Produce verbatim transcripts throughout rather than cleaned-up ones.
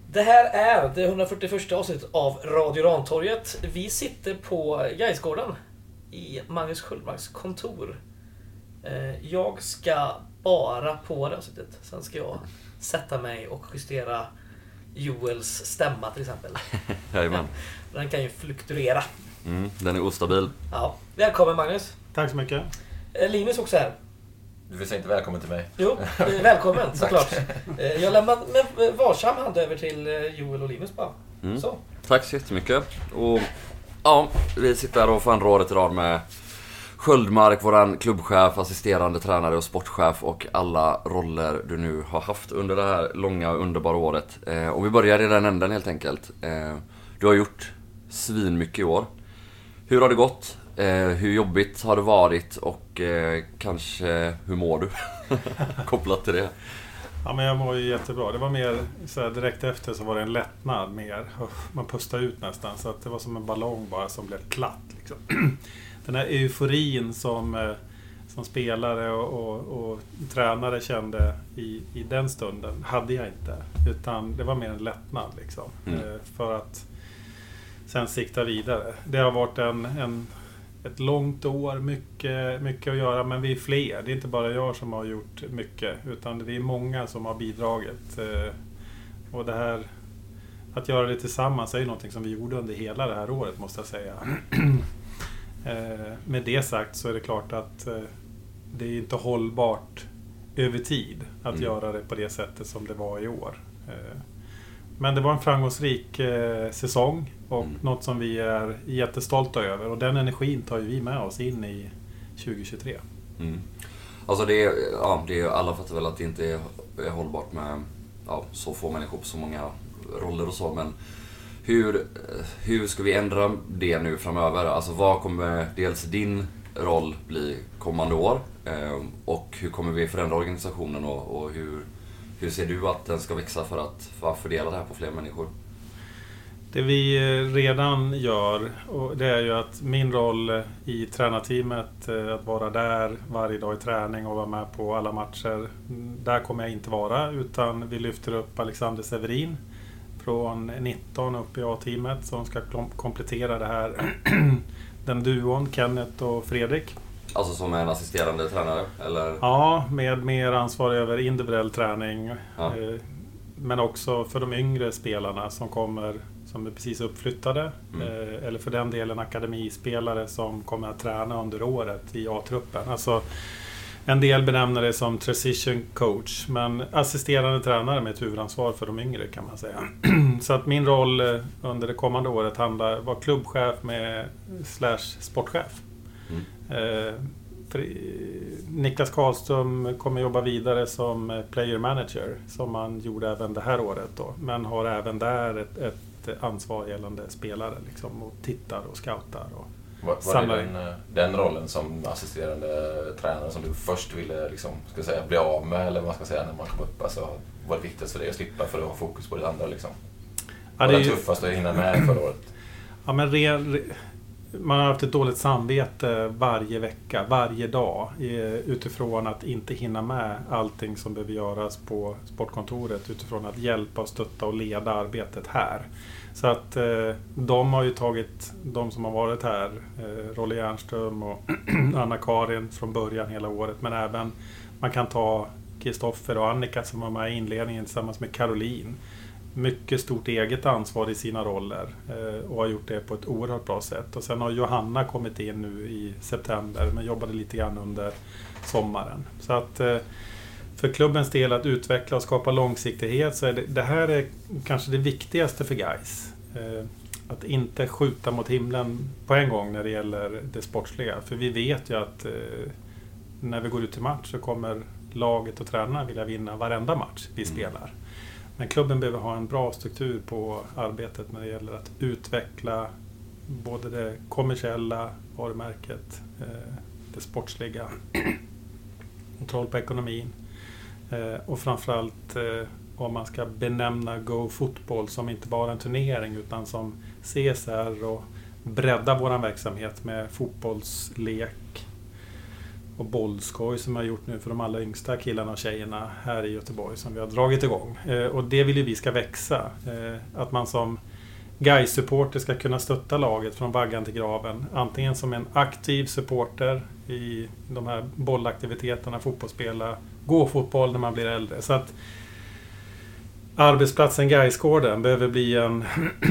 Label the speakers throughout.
Speaker 1: Det här är det hundrafyrtioförsta avsnittet av Radio Rantorget. Vi sitter på Gaisgården i Magnus Sköldmarks kontor. Jag ska bara på det avsnittet. Sen ska jag sätta mig och justera Joels stämma till exempel.
Speaker 2: Jajamän.
Speaker 1: Den kan ju fluktuera.
Speaker 2: Mm, den är ostabil.
Speaker 1: Ja, välkommen Magnus.
Speaker 3: Tack så mycket.
Speaker 1: Linus också här.
Speaker 4: Du vill säga inte välkommen till mig.
Speaker 1: Jo, välkommen såklart. Jag lämnar med varsam hand över till Joel och Linus bara.
Speaker 2: Mm.
Speaker 1: Så.
Speaker 2: Tack så jättemycket. Och ja, vi sitter här och för andra året idag med Sköldmark, våran klubbchef, assisterande tränare och sportchef och alla roller du nu har haft under det här långa och underbara året. Eh, och vi börjar i den änden helt enkelt. Eh, du har gjort svin mycket i år. Hur har det gått? Eh, hur jobbigt har det varit? Och eh, kanske hur mår du? Kopplat till det.
Speaker 3: Ja, men jag mår ju jättebra. Det var mer så här, direkt efter så var det en lättnad mer. Man pustade ut nästan så att det var som en ballong bara som blev klatt liksom. Den här euforin som, som spelare och, och, och tränare kände i, i den stunden hade jag inte. Utan det var mer en lättnad liksom. Mm. För att sen sikta vidare. Det har varit en, en, ett långt år, mycket, mycket att göra, men vi är fler. Det är inte bara jag som har gjort mycket, utan det är många som har bidragit. Och det här, att göra det tillsammans är ju någonting som vi gjorde under hela det här året, måste jag säga. Med det sagt så är det klart att det är inte hållbart över tid att mm. göra det på det sättet som det var i år. Men det var en framgångsrik eh, säsong och mm. något som vi är jättestolta över. Och den energin tar ju vi med oss in i tjugohundratjugotre.
Speaker 2: Mm. Alltså det är, ja, det är, alla fattar väl att det inte är, är hållbart med ja, så få människor på så många roller och så. Men hur, hur ska vi ändra det nu framöver? Alltså vad kommer dels din roll bli kommande år? Eh, och hur kommer vi förändra organisationen och, och hur... Hur ser du att den ska växa för att, för att fördela det här på fler människor?
Speaker 3: Det vi redan gör, och det är ju att min roll i tränarteamet, att vara där varje dag i träning och vara med på alla matcher, där kommer jag inte vara, utan vi lyfter upp Alexander Severin från nitton upp i A-teamet som ska komplettera det här, den duon, Kenneth och Fredrik.
Speaker 2: Alltså som en assisterande tränare? Eller?
Speaker 3: Ja, med mer ansvar över individuell träning.
Speaker 2: Ja.
Speaker 3: Men också för de yngre spelarna som kommer, som är precis uppflyttade. Mm. Eller för den delen akademispelare som kommer att träna under året i A-truppen. Alltså en del benämner det som transition coach. Men assisterande tränare med ett huvudansvar för de yngre kan man säga. Så att min roll under det kommande året handlar om att vara klubbchef med slash sportchef. Mm. Eh, Niklas Karlström kommer jobba vidare som player manager som han gjorde även det här året då, men har även där ett, ett ansvar gällande spelare liksom, och tittar och scoutar och
Speaker 4: var, var det den, den rollen som assisterande tränare som du först ville liksom, ska säga, bli av med, eller vad man ska säga, när man kom upp, alltså, var det viktigt för dig att slippa för att ha fokus på det andra liksom? Var ja, det, det tuffast att hinna med förra året?
Speaker 3: Ja, men re, re, man har haft ett dåligt samvete varje vecka, varje dag utifrån att inte hinna med allting som behöver göras på sportkontoret, utifrån att hjälpa, stötta och leda arbetet här. Så att eh, de har ju tagit, de som har varit här, eh, Rolle Järnström och Anna-Karin från början hela året, men även man kan ta Kristoffer och Annika som var med i inledningen tillsammans med Caroline. Mycket stort eget ansvar i sina roller eh, och har gjort det på ett oerhört bra sätt. Och sen har Johanna kommit in nu i september men jobbade lite grann under sommaren. Så att eh, för klubbens del att utveckla och skapa långsiktighet så är det, det här är kanske det viktigaste för guys. Eh, att inte skjuta mot himlen på en gång när det gäller det sportsliga. För vi vet ju att eh, när vi går ut till match så kommer laget och tränarna vilja vinna varenda match vi spelar. Men klubben behöver ha en bra struktur på arbetet när det gäller att utveckla både det kommersiella varumärket, det sportsliga, kontroll på ekonomin och framförallt vad man ska benämna Go Football som inte bara en turnering utan som C S R och bredda vår verksamhet med fotbollslek och bollskoj som jag har gjort nu för de allra yngsta killarna och tjejerna här i Göteborg som vi har dragit igång. Eh, och det vill ju vi ska växa. Eh, att man som Gais-supporter ska kunna stötta laget från vaggan till graven. Antingen som en aktiv supporter i de här bollaktiviteterna, fotbollsspela, gå fotboll när man blir äldre. Så att arbetsplatsen Gaisgården behöver bli en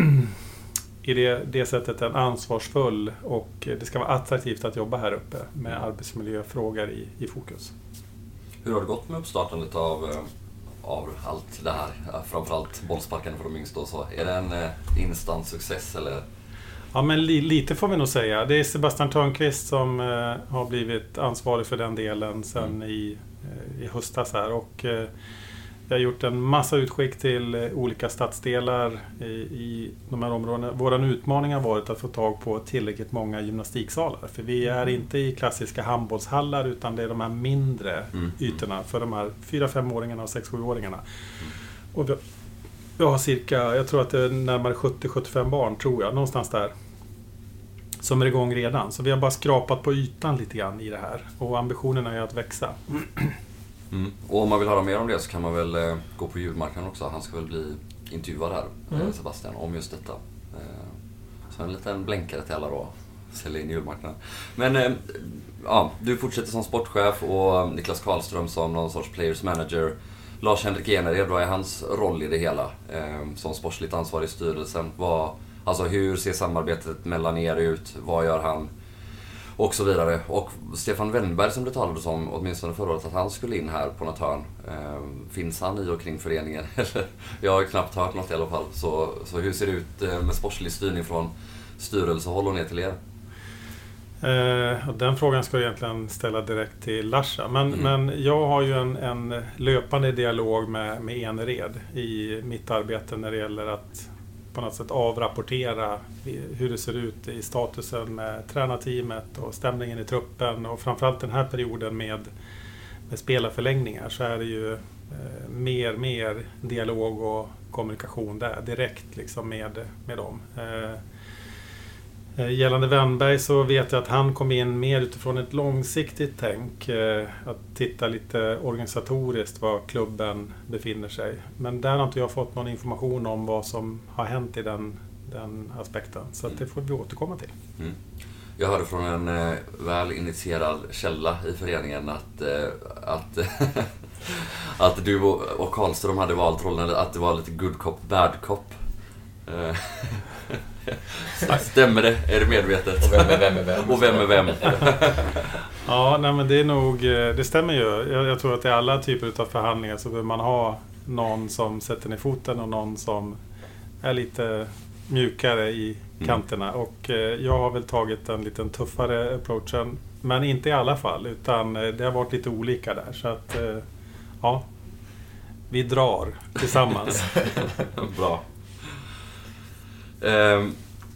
Speaker 3: i det, det sättet en ansvarsfull, och det ska vara attraktivt att jobba här uppe med arbetsmiljöfrågor i, i fokus.
Speaker 2: Hur har det gått med uppstartandet av, av allt det här? Framförallt bollsparkarna för de yngsta och så. Är det en instant success eller?
Speaker 3: Ja, men li, lite får vi nog säga. Det är Sebastian Törnqvist som eh, har blivit ansvarig för den delen sedan mm. i, eh, i höstas här, och eh, jag har gjort en massa utskick till eh, olika stadsdelar i, i de här områdena. Vår utmaning har varit att få tag på tillräckligt många gymnastiksalar, för vi är mm. inte i klassiska handbollshallar, utan det är de här mindre mm. ytorna för de här fyra-femåringarna och sex-sjuåringarna. Mm. Och vi, vi har cirka, jag tror att det är närmare sjuttio till sjuttiofem barn, tror jag, någonstans där, som är igång redan. Så vi har bara skrapat på ytan lite grann i det här, och ambitionen är att växa.
Speaker 2: Mm. Och om man vill höra mer om det så kan man väl eh, gå på julmarknaden också. Han ska väl bli intervjuad här, mm. Sebastian, om just detta. Eh, så en liten blänkare till alla då. Sälja in julmarknaden. Men eh, ja, du fortsätter som sportchef och Niklas Karlström som någon sorts players manager. Lars-Henrik Enered, vad är hans roll i det hela? Eh, som sportsligt ansvarig i styrelsen. Vad, alltså hur ser samarbetet mellan er ut? Vad gör han? Och så vidare. Och Stefan Wennberg som det talades om åtminstone förra året att han skulle in här på något hörn. Eh, finns han i och kring föreningen? Jag har knappt hört något i alla fall. Så, så hur ser det ut med sportslig styrning från styrelsehåll och ner till er?
Speaker 3: Eh, den frågan ska jag egentligen ställa direkt till Larsa. Men, mm. men jag har ju en, en löpande dialog med, med Enered i mitt arbete när det gäller att på något sätt avrapportera hur det ser ut i statusen med tränarteamet och stämningen i truppen, och framförallt den här perioden med, med spelarförlängningar så är det ju eh, mer mer dialog och kommunikation där direkt liksom med, med dem. Eh, Gällande Wennberg så vet jag att han kom in mer utifrån ett långsiktigt tänk, eh, att titta lite organisatoriskt var klubben befinner sig. Men där har inte jag fått någon information om vad som har hänt i den, den aspekten, så att det får vi återkomma till.
Speaker 2: Mm. Jag hörde från en eh, väl initierad källa i föreningen att, eh, att, att du och Karlström hade valt rollen att det var lite good cop, bad cop. Eh. Stämmer det? Är det medvetet?
Speaker 4: Och vem är vem är vem?
Speaker 2: Och vem är vem?
Speaker 3: Ja, nej, men det är nog, det stämmer ju. Jag, jag tror att i alla typer av förhandlingar så vill man ha någon som sätter ner foten och någon som är lite mjukare i kanterna. Mm. Och jag har väl tagit en lite tuffare approachen, men inte i alla fall, utan det har varit lite olika där. Så att, ja, vi drar tillsammans.
Speaker 2: Bra. Um,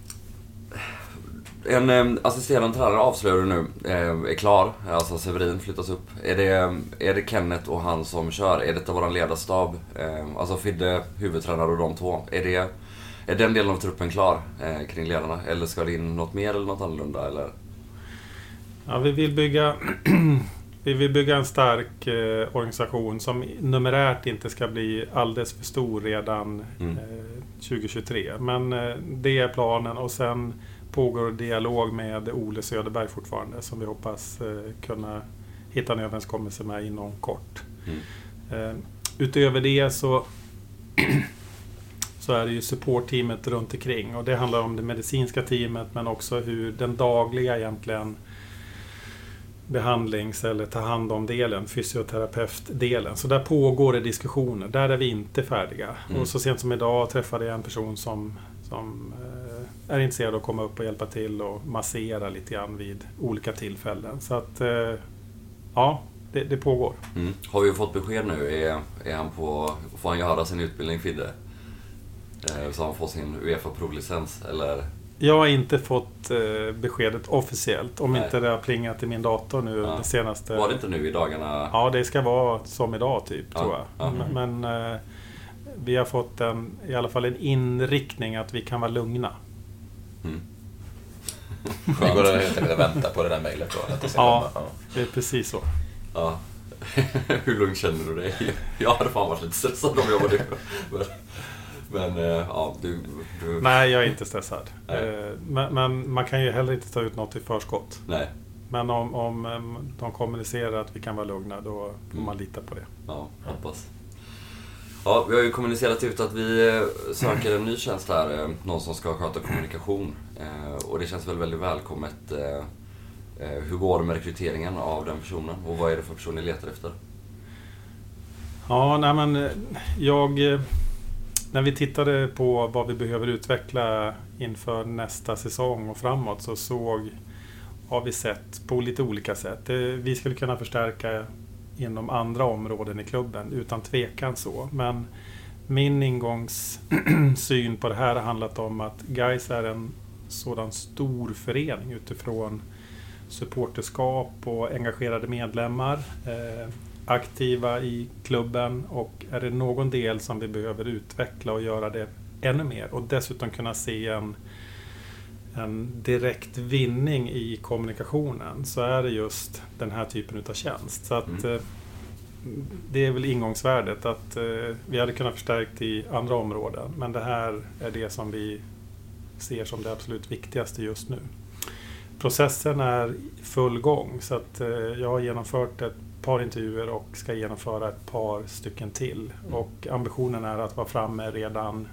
Speaker 2: en um, assisterande tränare avslöjar du nu um, är klar, alltså Severin flyttas upp. Är det, um, är det Kenneth och han som kör? Är detta våran ledarstab? Um, alltså Fidde, huvudtränare och de två. Är, det, är den delen av truppen klar uh, kring ledarna? Eller ska det in något mer eller något annorlunda? Eller?
Speaker 3: Ja, vi vill bygga vi vill bygga en stark eh, organisation som numerärt inte ska bli alldeles för stor redan mm. eh, tjugo tjugotre. Men eh, det är planen, och sen pågår dialog med Ole Söderberg fortfarande som vi hoppas eh, kunna hitta en överenskommelse med inom kort. Mm. Eh, utöver det så så är det ju supportteamet runt omkring, och det handlar om det medicinska teamet men också hur den dagliga egentligen behandlings- eller ta hand om delen, fysioterapeutdelen. Så där pågår det diskussioner. Där är vi inte färdiga. Mm. Och så sent som idag träffade jag en person som, som eh, är intresserad av att komma upp och hjälpa till och massera lite grann vid olika tillfällen. Så att, eh, ja, det, det pågår.
Speaker 2: Mm. Har vi fått besked nu? Är, är han på, får han göra sin utbildning, Fidde? Eh, så han får sin UEFA-provlicens, eller?
Speaker 3: Jag har inte fått eh, beskedet officiellt, om
Speaker 2: Nej.
Speaker 3: inte det har plingat i min dator nu ja. det senaste...
Speaker 2: Var det inte nu i dagarna?
Speaker 3: Ja, det ska vara som idag typ,
Speaker 2: ja.
Speaker 3: tror jag. Ja. Men, men eh, vi har fått en, i alla fall en inriktning att vi kan vara lugna.
Speaker 2: Mm.
Speaker 4: Vi går helt enkelt och väntar på det där mejlet då. Att det
Speaker 3: ja,
Speaker 4: ja,
Speaker 3: det är precis så.
Speaker 2: Ja. Hur lugnt känner du dig? Jag hade fan varit lite stressad om jag var det. Men, men ja, du, du...
Speaker 3: Nej, jag är inte stressad.
Speaker 2: Nej.
Speaker 3: Men, men man kan ju heller inte ta ut något i förskott.
Speaker 2: Nej.
Speaker 3: Men om, om de kommunicerar att vi kan vara lugna, då får man lita på det.
Speaker 2: Ja, hoppas. Ja, vi har ju kommunicerat ut att vi söker en ny tjänst här. Någon som ska sköta kommunikation. Och det känns väl väldigt välkommet. Hur går det med rekryteringen av den personen? Och vad är det för person ni letar efter?
Speaker 3: Ja, nej men jag... När vi tittade på vad vi behöver utveckla inför nästa säsong och framåt, så såg... har vi sett på lite olika sätt. Vi skulle kunna förstärka inom andra områden i klubben, utan tvekan så. Men min ingångssyn på det här har handlat om att Gais är en sådan stor förening utifrån supporterskap och engagerade medlemmar, eh, aktiva i klubben, och är det någon del som vi behöver utveckla och göra det ännu mer och dessutom kunna se en en direkt vinning i kommunikationen, så är det just den här typen av tjänst. Så att mm. det är väl ingångsvärdet att eh, vi hade kunnat förstärkt i andra områden, men det här är det som vi ser som det absolut viktigaste just nu. Processen är full gång, så att eh, jag har genomfört ett par intervjuer och ska genomföra ett par stycken till. Mm. Och ambitionen är att vara framme redan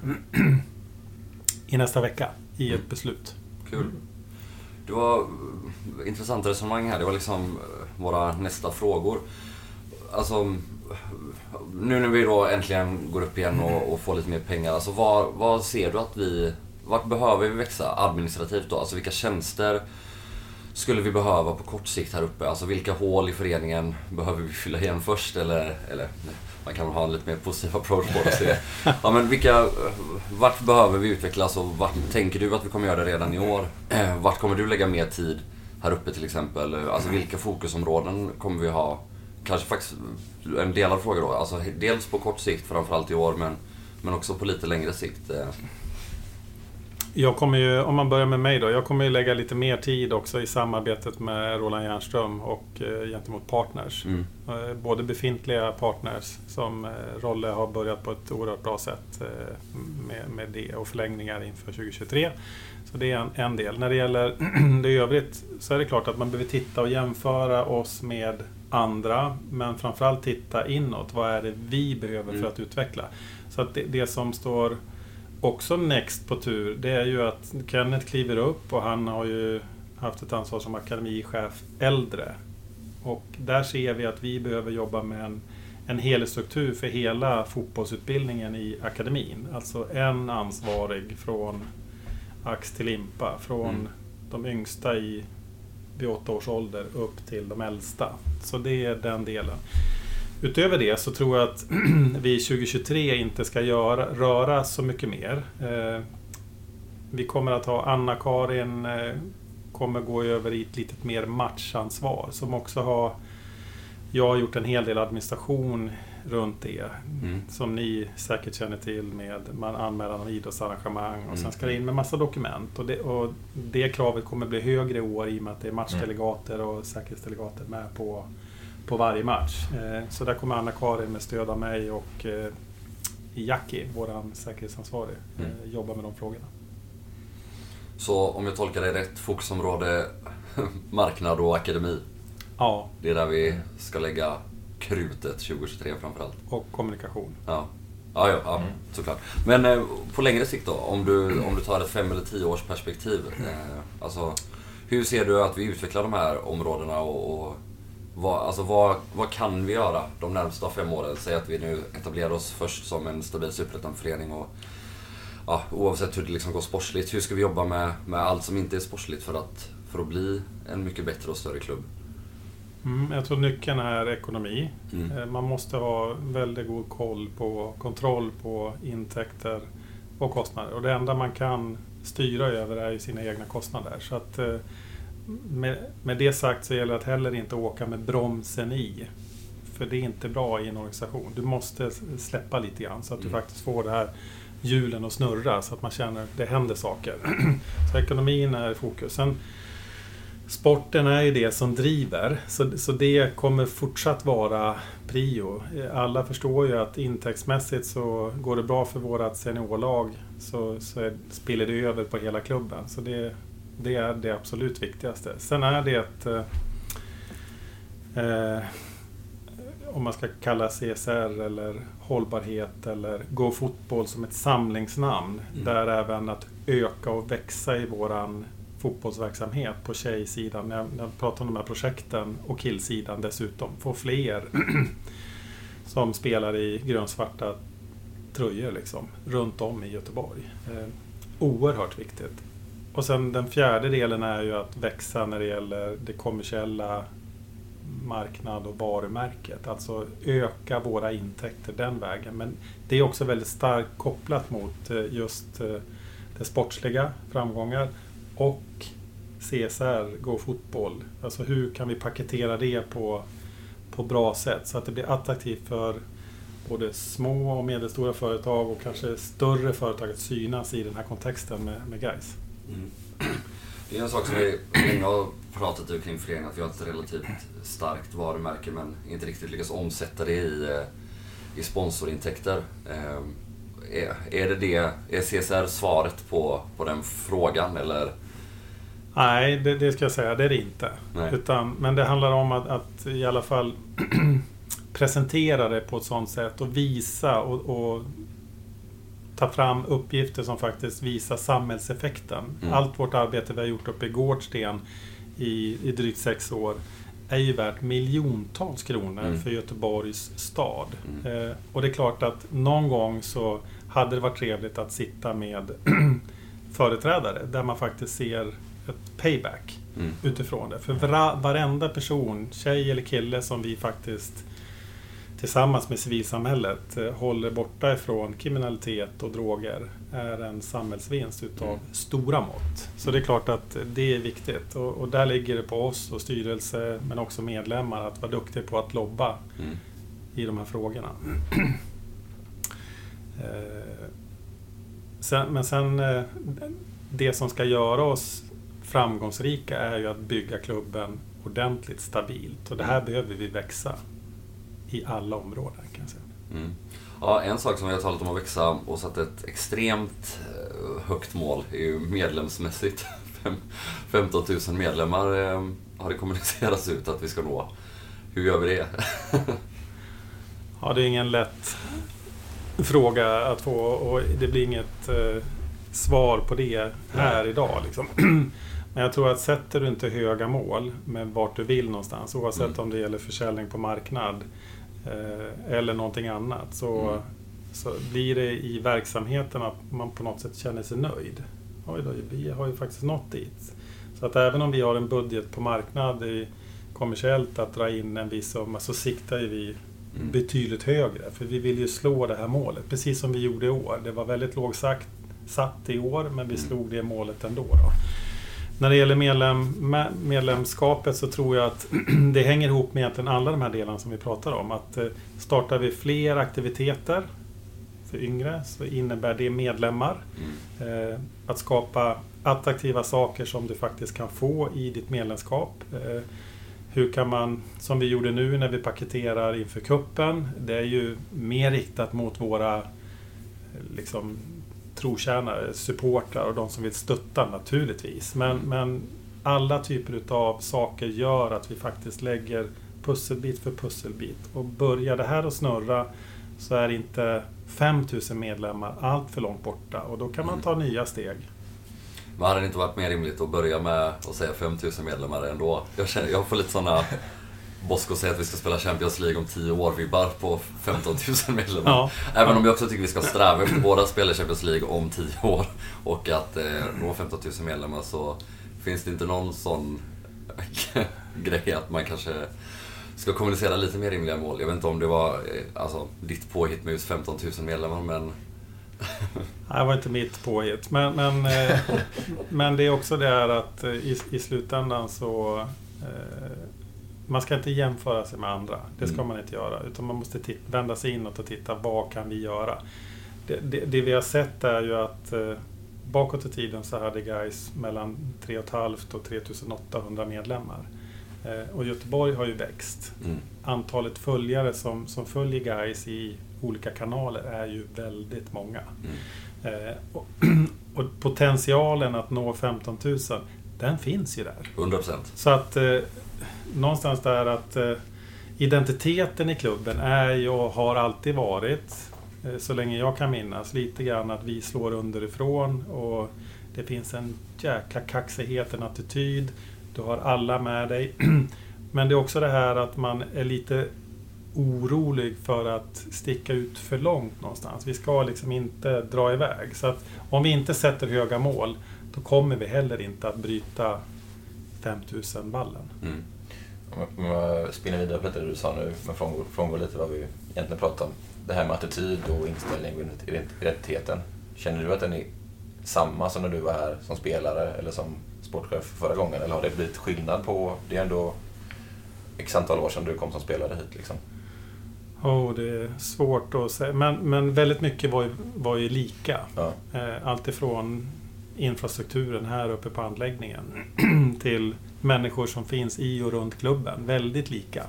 Speaker 3: i nästa vecka i ett mm. beslut.
Speaker 2: Kul. Det var intressant resonemang här. Det var liksom våra nästa frågor. Alltså, nu när vi då äntligen går upp igen och, och får lite mer pengar. Alltså, vad, vad ser du att vi... Vart behöver vi växa administrativt då? Alltså, vilka tjänster skulle vi behöva på kort sikt här uppe? Alltså, vilka hål i föreningen behöver vi fylla igen först? Eller... eller man kan ha en lite mer positiv approach på det. Se. Ja, men vilka, vart behöver vi utvecklas och vart tänker du att vi kommer göra det redan i år? Vart kommer du lägga mer tid här uppe till exempel? Alltså vilka fokusområden kommer vi ha? Kanske faktiskt en delad fråga då. Alltså dels på kort sikt framförallt i år, men, men också på lite längre sikt.
Speaker 3: Jag kommer ju, om man börjar med mig då, jag kommer ju lägga lite mer tid också i samarbetet med Roland Järnström och eh, gentemot partners. Mm. Eh, både befintliga partners som eh, Rolle har börjat på ett oerhört bra sätt eh, med, med det och förlängningar inför tjugo tjugotre. Så det är en, en del. När det gäller det övrigt så är det klart att man behöver titta och jämföra oss med andra, men framförallt titta inåt. Vad är det vi behöver mm. för att utveckla? Så att det, det som står också next på tur, det är ju att Kenneth kliver upp och han har ju haft ett ansvar som akademichef äldre. Och där ser vi att vi behöver jobba med en, en helhetsstruktur för hela fotbollsutbildningen i akademin. Alltså en ansvarig från ax till limpa, från mm. de yngsta i vid åtta års ålder upp till de äldsta. Så det är den delen. Utöver det så tror jag att vi tjugo tjugotre inte ska göra, röra så mycket mer. Eh, vi kommer att ha Anna-Karin eh, kommer gå över i ett litet mer matchansvar som också har, jag har gjort en hel del administration runt det mm. som ni säkert känner till med man anmälan av idrottsarrangemang och mm. sen ska det in med massa dokument och det, och det kravet kommer bli högre i år i och med att det är matchdelegater och säkerhetsdelegater med på på varje match. Så där kommer Anna-Karin med stöd av mig och Jackie, våran säkerhetsansvarig, mm. jobba med de frågorna.
Speaker 2: Så om jag tolkar det rätt, fokusområde marknad och akademi.
Speaker 3: Ja.
Speaker 2: Det är där vi ska lägga krutet tjugo tjugotre framförallt.
Speaker 3: Och kommunikation.
Speaker 2: Ja, ja, ja, ja mm. såklart. Men eh, på längre sikt då, om du, om du tar ett fem eller tio års perspektiv. Eh, alltså, hur ser du att vi utvecklar de här områdena och, och Vad, alltså vad, vad kan vi göra de närmaste fem åren? Säg att vi nu etablerar oss först som en stabil superettan-förening och ja, oavsett hur det liksom går sportsligt, hur ska vi jobba med, med allt som inte är sportsligt för att, för att bli en mycket bättre och större klubb?
Speaker 3: Mm, jag tror nyckeln är ekonomi.
Speaker 2: Mm.
Speaker 3: Man måste ha väldigt god koll på, kontroll på intäkter och kostnader. Och det enda man kan styra över är ju sina egna kostnader. Så att Med, med det sagt så gäller det att heller inte åka med bromsen i. För det är inte bra i en organisation. Du måste släppa lite grann så att du mm. faktiskt får det här hjulen att snurra så att man känner att det händer saker. Så ekonomin är i fokus. Sen, sporten är ju det som driver, så, så det kommer fortsatt vara prio. Alla förstår ju att intäktsmässigt så går det bra för vårat seniorlag, så, så är, spiller det över på hela klubben. Så det, det är det absolut viktigaste. Sen är det ett, eh, om man ska kalla C S R eller hållbarhet eller Go Fotboll som ett samlingsnamn, mm. där även att öka och växa i våran fotbollsverksamhet på tjejsidan, när jag, när jag pratar om de här projekten, och killsidan dessutom, få fler som spelar i grönsvarta tröjor liksom, runt om i Göteborg. Eh, oerhört viktigt. Och sen den fjärde delen är ju att växa när det gäller det kommersiella marknad och varumärket, alltså öka våra intäkter den vägen. Men det är också väldigt starkt kopplat mot just det sportsliga framgångar och C S R, Go Fotboll. Alltså hur kan vi paketera det på, på bra sätt så att det blir attraktivt för både små och medelstora företag och kanske större företag att synas i den här kontexten med, med Gais. Mm.
Speaker 2: Det är en sak som vi länge har pratat kring föreningen, att vi har ett relativt starkt varumärke men inte riktigt lyckas omsätta det i, i sponsorintäkter. Är, är det det, är C S R svaret på, på den frågan eller?
Speaker 3: Nej, det, det ska jag säga, det är det inte. Utan, men det handlar om att, att i alla fall presentera det på ett sådant sätt och visa och, och ta fram uppgifter som faktiskt visar samhällseffekten. Mm. Allt vårt arbete vi har gjort uppe i Gårdsten i, i drygt sex år är ju värt miljontals kronor mm. för Göteborgs stad. Mm. Eh, och det är klart att någon gång så hade det varit trevligt att sitta med företrädare där man faktiskt ser ett payback mm. utifrån det. För vara, varenda person, tjej eller kille som vi faktiskt tillsammans med civilsamhället eh, håller borta ifrån kriminalitet och droger är en samhällsvinst utav mm. stora mått. Så det är klart att det är viktigt. Och, och där ligger det på oss och styrelse men också medlemmar att vara duktiga på att lobba mm. i de här frågorna. eh, sen, men sen eh, det som ska göra oss framgångsrika är ju att bygga klubben ordentligt stabilt. Och det här behöver vi växa i alla områden kan jag säga.
Speaker 2: Mm. Ja, en sak som vi har talat om att växa och satt ett extremt högt mål är ju medlemsmässigt. femton tusen medlemmar eh, har det kommunicerats ut att vi ska nå. Hur gör vi det?
Speaker 3: Ja, det är ingen lätt fråga att få och det blir inget eh, svar på det här Nej. idag liksom. Men jag tror att sätter du inte höga mål med vart du vill någonstans, oavsett mm. om det gäller försäljning på marknad eh, eller någonting annat, så, mm. så blir det i verksamheten att man på något sätt känner sig nöjd. Oj då, vi har ju faktiskt nått dit. Så att även om vi har en budget på marknad i kommersiellt att dra in en viss summa, så siktar vi mm. betydligt högre. För vi vill ju slå det här målet, precis som vi gjorde i år. Det var väldigt lågt sagt, satt i år, men vi slog det målet ändå då. När det gäller medlem, medlemskapet så tror jag att det hänger ihop med egentligen alla de här delarna som vi pratar om. Att startar vi fler aktiviteter för yngre så innebär det medlemmar. Mm. Eh, att skapa attraktiva saker som du faktiskt kan få i ditt medlemskap. Eh, hur kan man, som vi gjorde nu när vi paketerar inför kuppen, det är ju mer riktat mot våra liksom trotjänare, supportrar och de som vill stötta naturligtvis. Men, mm. men alla typer av saker gör att vi faktiskt lägger pusselbit för pusselbit. Och börjar det här att snurra så är inte fem tusen medlemmar allt för långt borta. Och då kan man ta mm. nya steg.
Speaker 2: Men hade det inte varit mer rimligt att börja med att säga fem tusen medlemmar ändå? Jag, känner, jag får lite sådana... Bosko säger att vi ska spela Champions League om tio år, vi bar på femton tusen medlemmar. Ja. Även om jag också tycker vi ska sträva efter båda spela Champions League om tio år och att eh, nå femton tusen medlemmar, så finns det inte någon sån grej att man kanske ska kommunicera lite mer rimliga mål. Jag vet inte om det var eh, alltså, ditt påhitt med just femton tusen medlemmar, men...
Speaker 3: Nej, det var inte mitt påhitt. Men, men, eh, men det är också det här att i, i slutändan så... Eh, man ska inte jämföra sig med andra. Det ska mm. man inte göra. Utan man måste titta, vända sig inåt och titta, vad kan vi göra? det, det, det vi har sett är ju att eh, bakåt i tiden så hade Gais mellan tre och ett halvt och tre tusen åttahundra medlemmar. Eh, och Göteborg har ju växt.
Speaker 2: Mm.
Speaker 3: Antalet följare som, som följer Gais i olika kanaler är ju väldigt många.
Speaker 2: Mm.
Speaker 3: Eh, och, och potentialen att nå femton tusen, den finns ju där.
Speaker 2: hundra procent.
Speaker 3: Så att eh, någonstans där att eh, identiteten i klubben är ju och har alltid varit, eh, så länge jag kan minnas, lite grann att vi slår underifrån och det finns en jäkla kaxighet, en attityd. Du har alla med dig. Men det är också det här att man är lite orolig för att sticka ut för långt någonstans. Vi ska liksom inte dra iväg. Så att om vi inte sätter höga mål, då kommer vi heller inte att bryta femtusen ballen.
Speaker 2: Mm.
Speaker 4: Om jag spinner vidare på lite det du sa nu, men frångår, frångår lite vad vi egentligen pratar om. Det här med attityd och inställning och identiteten. Känner du att den är samma som när du var här som spelare eller som sportchef förra gången? Eller har det blivit skillnad på, det är ändå x antal år sedan du kom som spelare hit liksom?
Speaker 3: Oh, det är svårt att säga. Men, men väldigt mycket var ju, var ju lika.
Speaker 4: Ja.
Speaker 3: Eh, allt ifrån infrastrukturen här uppe på anläggningen till människor som finns i och runt klubben. Väldigt lika.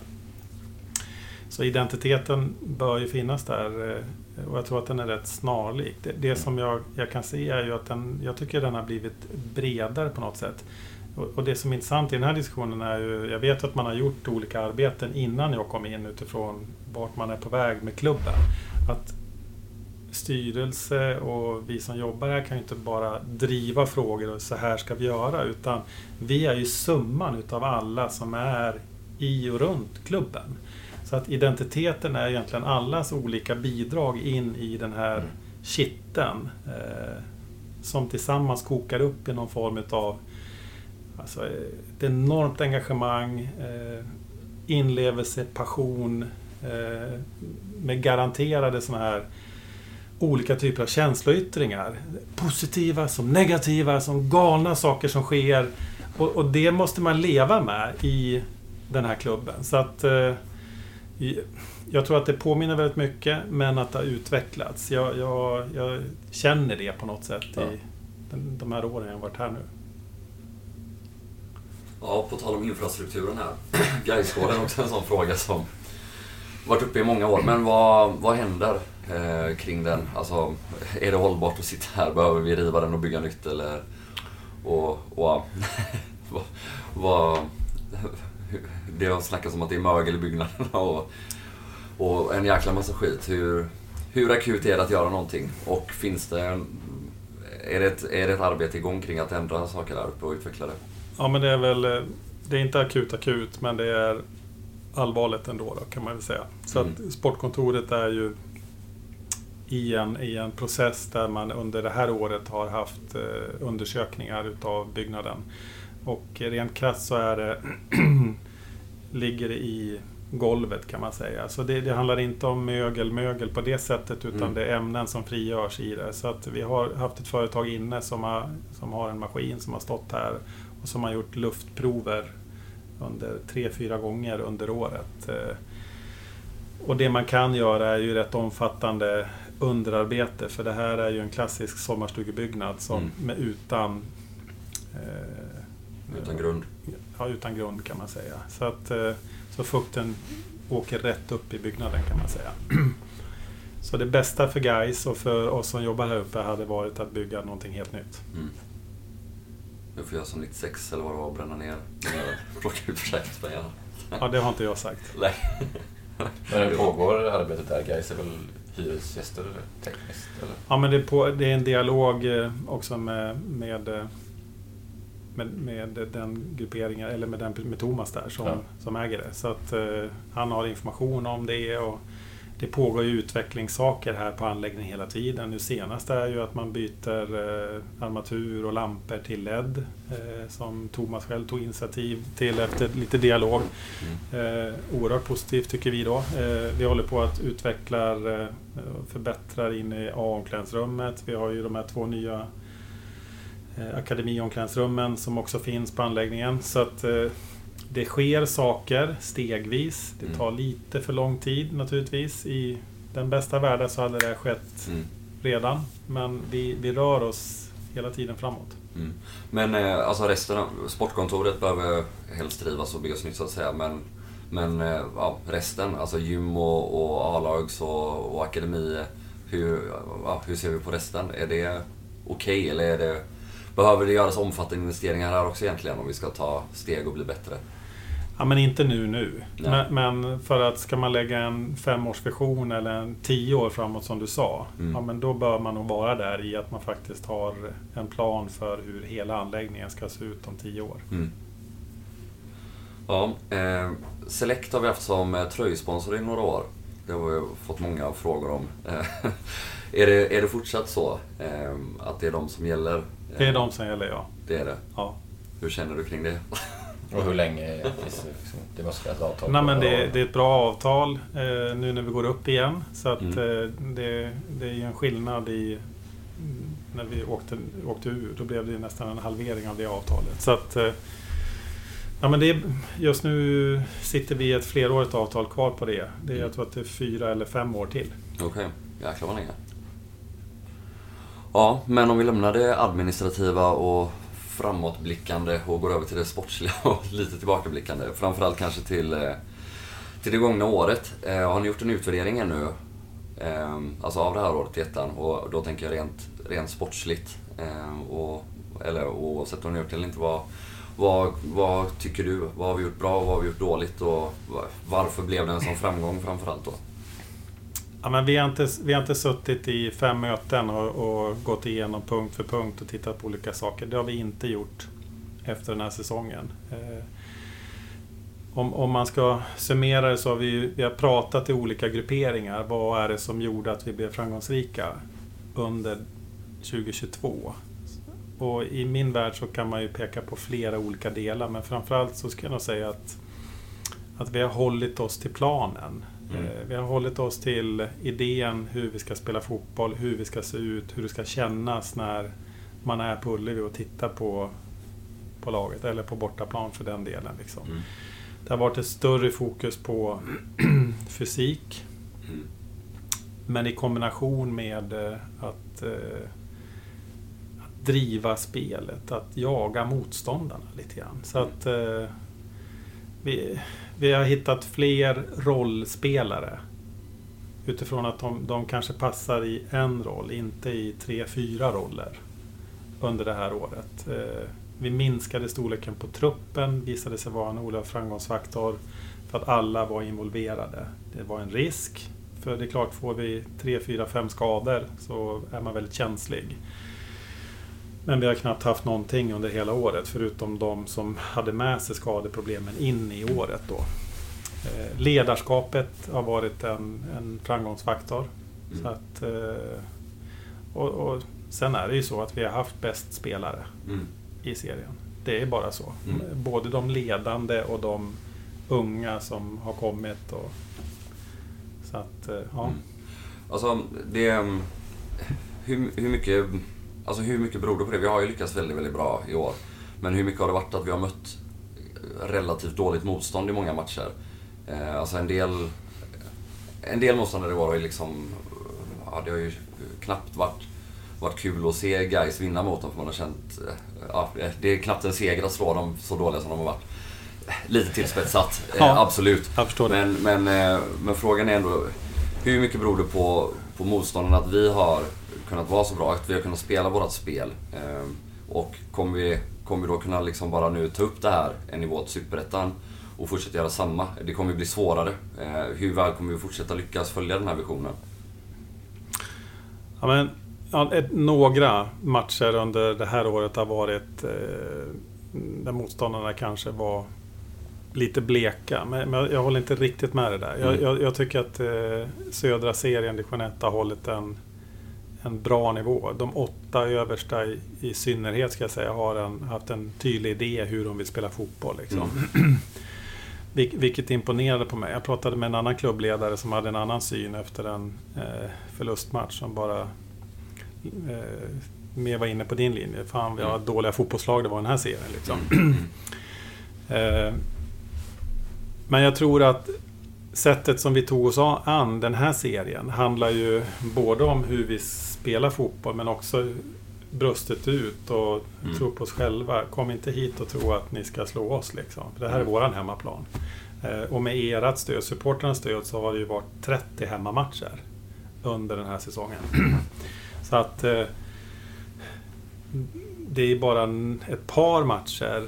Speaker 3: Så identiteten bör ju finnas där eh, och jag tror att den är rätt snarlik. Det, det som jag, jag kan se är ju att den, jag tycker den har blivit bredare på något sätt. Och, och det som är intressant i den här diskussionen är ju, jag vet att man har gjort olika arbeten innan jag kom in utifrån vart man är på väg med klubben. Att styrelse och vi som jobbar här kan ju inte bara driva frågor och så här ska vi göra, utan vi är ju summan utav alla som är i och runt klubben. Så att identiteten är egentligen allas olika bidrag in i den här kitteln eh, som tillsammans kokar upp i någon form av alltså, ett enormt engagemang, eh, inlevelse, passion eh, med garanterade såna här olika typer av känsloyttringar. Positiva som negativa, som galna saker som sker. Och, och det måste man leva med i den här klubben. Så att eh, jag tror att det påminner väldigt mycket, men att det har utvecklats. Jag, jag, jag känner det på något sätt ja. i den, de här åren jag har varit här nu.
Speaker 2: Ja, på tal om infrastrukturen här. Gaisgården är också en sån fråga som varit uppe i många år. Men vad, vad händer eh, kring den? Alltså, är det hållbart att sitta här? Behöver vi riva den och bygga nytt? Eller, och, och, vad, vad, det har snackats om att det är mögel i byggnaderna och, och en jäkla massa skit. Hur, hur akut är det att göra någonting? Och finns det en, är, det ett, är det ett arbete igång kring att ändra saker där uppe och utveckla det?
Speaker 3: Ja, men det är väl, det är inte akut akut, men det är allvarligt ändå då, kan man väl säga. Så mm. att sportkontoret är ju i en, i en process där man under det här året har haft eh, undersökningar utav byggnaden. Och rent krasst så är det ligger det i golvet, kan man säga. Så det, det handlar inte om mögel, mögel på det sättet, utan mm. det är ämnen som frigörs i det. Så att vi har haft ett företag inne som har, som har en maskin som har stått här och som har gjort luftprover under tre, fyra gånger under året. Och det man kan göra är ju rätt omfattande underarbete, för det här är ju en klassisk sommarstugebyggnad som mm. med utan
Speaker 2: eh, utan grund.
Speaker 3: Ja, utan grund kan man säga. Så att eh, så fukten åker rätt upp i byggnaden, kan man säga. Så det bästa för Gais och för oss som jobbar här uppe hade varit att bygga någonting helt nytt.
Speaker 2: Mm. Nu får jag som nittiosex eller vad det var, bränna ner och plocka ut försäkringspengarna.
Speaker 3: Ja, det har inte jag sagt.
Speaker 4: Nej. Men hur pågår arbetet där? Gais är väl hyresgäster eller tekniskt? Eller?
Speaker 3: Ja, men det är, på, det är en dialog också med, med, med, med den grupperingen, eller med, den, med Thomas där som, ja. som äger det. Så att eh, han har information om det, och det pågår ju utvecklingssaker här på anläggningen hela tiden. Nu senast är ju att man byter eh, armatur och lampor till L E D eh, som Thomas själv tog initiativ till efter lite dialog. Mm. Eh, oerhört positivt tycker vi då. Eh, vi håller på att utveckla och eh, förbättra in i A-omklädningsrummet. Vi har ju de här två nya eh, akademi-omklädningsrummen som också finns på anläggningen. Så att eh, det sker saker stegvis. Det tar lite för lång tid naturligtvis. I den bästa världen så hade det skett mm. redan. Men vi, vi rör oss hela tiden framåt.
Speaker 2: Mm. Men eh, alltså resten av sportkontoret behöver helst drivas och byggas nytt så att säga. Men, men eh, ja, resten, alltså gym och, och A-lags och, och akademi. Hur, ja, hur ser vi på resten? Är det okej okay, eller är det, behöver det göras omfattande investeringar här också egentligen om vi ska ta steg och bli bättre?
Speaker 3: Ja, men inte nu nu. Men, men för att ska man lägga en femårsvision eller en tio år framåt som du sa, mm. ja, men då bör man nog vara där i att man faktiskt har en plan för hur hela anläggningen ska se ut om tio år. Mm.
Speaker 2: Ja, eh, Select har vi haft som tröjsponsor i några år. Det har vi fått många frågor om. är, det, är det fortsatt så eh, att det är de som gäller?
Speaker 3: Det är de som gäller, ja.
Speaker 2: Det är det?
Speaker 3: Ja.
Speaker 2: Hur känner du kring det?
Speaker 4: Och hur länge det måste vara ett avtal?
Speaker 3: Nej, men det, det är ett bra avtal eh, nu när vi går upp igen. Så att mm. eh, det, det är ju en skillnad i när vi åkte, åkte ur. Då blev det nästan en halvering av det avtalet. Så att eh, ja, men det är, just nu sitter vi i ett flerårigt avtal kvar på det. Det är, mm. Jag tror att det är fyra eller fem år till.
Speaker 2: Okej, okay. Jäklar vad länge. Ja, men om vi lämnar det administrativa och framåtblickande och går över till det sportsliga och lite tillbakablickande. Framförallt kanske till, till det gångna året. Har ni gjort en utvärdering ännu? Alltså av det här året i ettan, och då tänker jag rent, rent sportsligt. Och, eller oavsett om ni har gjort det eller inte, vad, vad, vad tycker du? Vad har vi gjort bra och vad har vi gjort dåligt? Och varför blev det en sån framgång framförallt då?
Speaker 3: Ja, men vi, har inte, vi har inte suttit i fem möten och, och gått igenom punkt för punkt och tittat på olika saker. Det har vi inte gjort efter den här säsongen. Eh, om, om man ska summera det så har vi, vi har pratat i olika grupperingar. Vad är det som gjorde att vi blev framgångsrika under tjugohundratjugotvå? Och i min värld så kan man ju peka på flera olika delar. Men framförallt så ska jag nog säga att, att vi har hållit oss till planen. Mm. Vi har hållit oss till idén hur vi ska spela fotboll, hur vi ska se ut, hur det ska kännas när man är på Ullevi och tittar på, på laget, eller på bortaplan för den delen. Liksom. Mm. Det har varit ett större fokus på fysik, mm. men i kombination med att, eh, att driva spelet, att jaga motståndarna lite grann. Så att eh, vi... Vi har hittat fler rollspelare utifrån att de, de kanske passar i en roll, inte i tre, fyra roller under det här året. Eh, vi minskade storleken på truppen, visade sig vara en oerhörd framgångsfaktor för att alla var involverade. Det var en risk, för det är klart, får vi tre, fyra, fem skador så är man väldigt känslig. Men vi har knappt haft någonting under hela året förutom de som hade med sig skadeproblemen in i året då. Eh, ledarskapet har varit en, en framgångsfaktor. Mm. Så att, eh, och, och sen är det ju så att vi har haft bäst spelare mm. i serien. Det är bara så. Mm. Både de ledande och de unga som har kommit. Och, så att, eh, ja.
Speaker 2: Mm. Alltså, det, hur, hur mycket... Alltså hur mycket beror det på det? Vi har ju lyckats väldigt, väldigt bra i år. Men hur mycket har det varit att vi har mött relativt dåligt motstånd i många matcher? Eh, alltså en del... En del motståndare i år har ju liksom... Ja, det har ju knappt varit, varit kul att se guys vinna mot dem. För man har känt... Ja, det är knappt en seger att slå dem så dåliga som de har varit. Lite tillspetsat,
Speaker 3: ja,
Speaker 2: eh, absolut.
Speaker 3: Jag förstår det.
Speaker 2: Men, men, eh, men frågan är ändå... Hur mycket beror det på, på motståndarna att vi har... kunnat vara så bra, att vi har kunnat spela vårat spel, eh, och kommer vi, kommer vi då kunna liksom bara nu ta upp det här en nivå till Superettan och fortsätta göra samma. Det kommer bli svårare. Eh, hur väl kommer vi fortsätta lyckas följa den här visionen?
Speaker 3: Ja, men, ja, ett, några matcher under det här året har varit eh, där motståndarna kanske var lite bleka, men, men jag håller inte riktigt med det där. Jag, mm. jag, jag tycker att eh, södra serien, division ett, har hållit en en bra nivå. De åtta översta i, i synnerhet ska jag säga har en, haft en tydlig idé hur de vill spela fotboll. Liksom. Mm. Vil, vilket imponerade på mig. Jag pratade med en annan klubbledare som hade en annan syn efter en eh, förlustmatch som bara eh, mer var inne på din linje. Fan, vi har mm. dåliga fotbollslag, det var den här serien. Liksom. Mm. eh, men jag tror att sättet som vi tog oss an den här serien handlar ju både om hur vi spelar fotboll men också bröstet ut och mm. tro på oss själva. Kom inte hit och tro att ni ska slå oss liksom. För det här är mm. våran hemmaplan. Eh, och med ert stöd, supporternas stöd, så har det ju varit trettio hemmamatcher under den här säsongen. Så att eh, det är bara en, ett par matcher,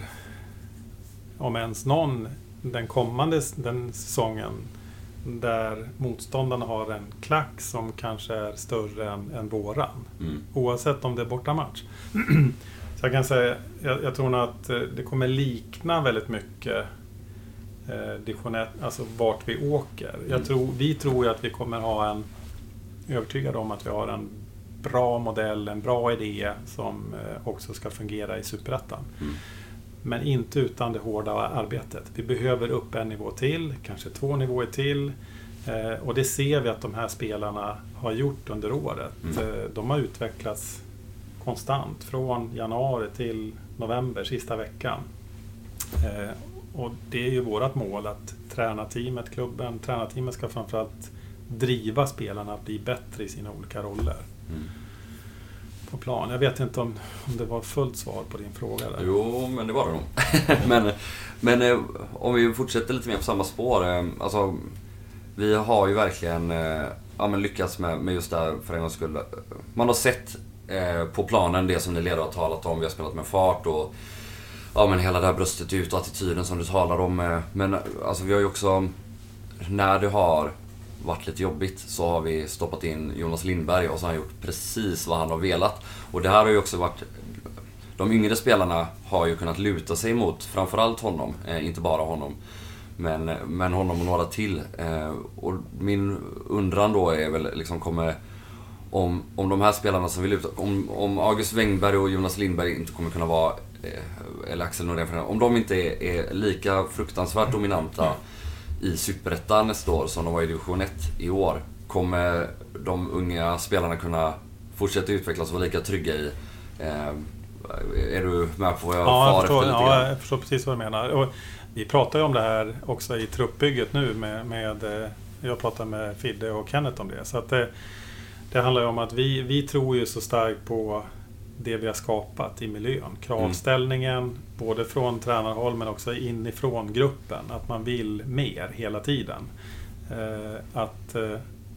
Speaker 3: om ens någon, den kommande den säsongen där motståndarna har en klack som kanske är större än, än våran. Mm. Oavsett om det är bortamatch. Så jag kan säga, jag, jag tror nog att det kommer likna väldigt mycket eh, division, alltså vart vi åker. Mm. Jag tror, vi tror ju att vi kommer ha en, övertygad om att vi har en bra modell, en bra idé som eh, också ska fungera i Superettan. Mm. Men inte utan det hårda arbetet. Vi behöver upp en nivå till, kanske två nivåer till. Eh, och det ser vi att de här spelarna har gjort under året. Mm. Eh, de har utvecklats konstant från januari till november, sista veckan. Eh, och det är ju vårt mål att tränarteamet, klubben, tränarteamet ska framförallt driva spelarna att bli bättre i sina olika roller. Mm. På plan. Jag vet inte om, om det var fullt svar på din fråga där.
Speaker 2: Jo, men det var det nog. men men eh, om vi fortsätter lite mer på samma spår. Eh, alltså, vi har ju verkligen eh, ja, men lyckats med, med just det här för en gångs skull. Man har sett eh, på planen det som ni ledare har talat om. Vi har spelat med fart och ja, men hela det här bröstet ut och attityden som du talar om. Eh, men alltså, vi har ju också, när det har varit lite jobbigt, så har vi stoppat in Jonas Lindberg och så har han gjort precis vad han har velat. Och det här har ju också varit, de yngre spelarna har ju kunnat luta sig mot framförallt honom, eh, inte bara honom, men, men honom och några till. Eh, och min undran då är väl liksom, kommer om, om de här spelarna som vill luta, om, om August Wengberg och Jonas Lindberg inte kommer kunna vara, eh, eller Axel Norén, om de inte är, är lika fruktansvärt dominanta i Superettan nästa år som de var i division ett i år, kommer de unga spelarna kunna fortsätta utvecklas och vara lika trygga i? Eh, är du med på vad jag
Speaker 3: ja,
Speaker 2: far
Speaker 3: jag förstår,
Speaker 2: efter lite
Speaker 3: ja,
Speaker 2: grann?
Speaker 3: jag förstår precis vad du menar. Och vi pratar ju om det här också i truppbygget nu med, med jag pratar med Fidde och Kenneth om det. Så att det, det handlar ju om att vi, vi tror ju så starkt på det vi har skapat i miljön. Kravställningen, mm. både från tränarhåll men också inifrån gruppen. Att man vill mer hela tiden. Eh, att eh,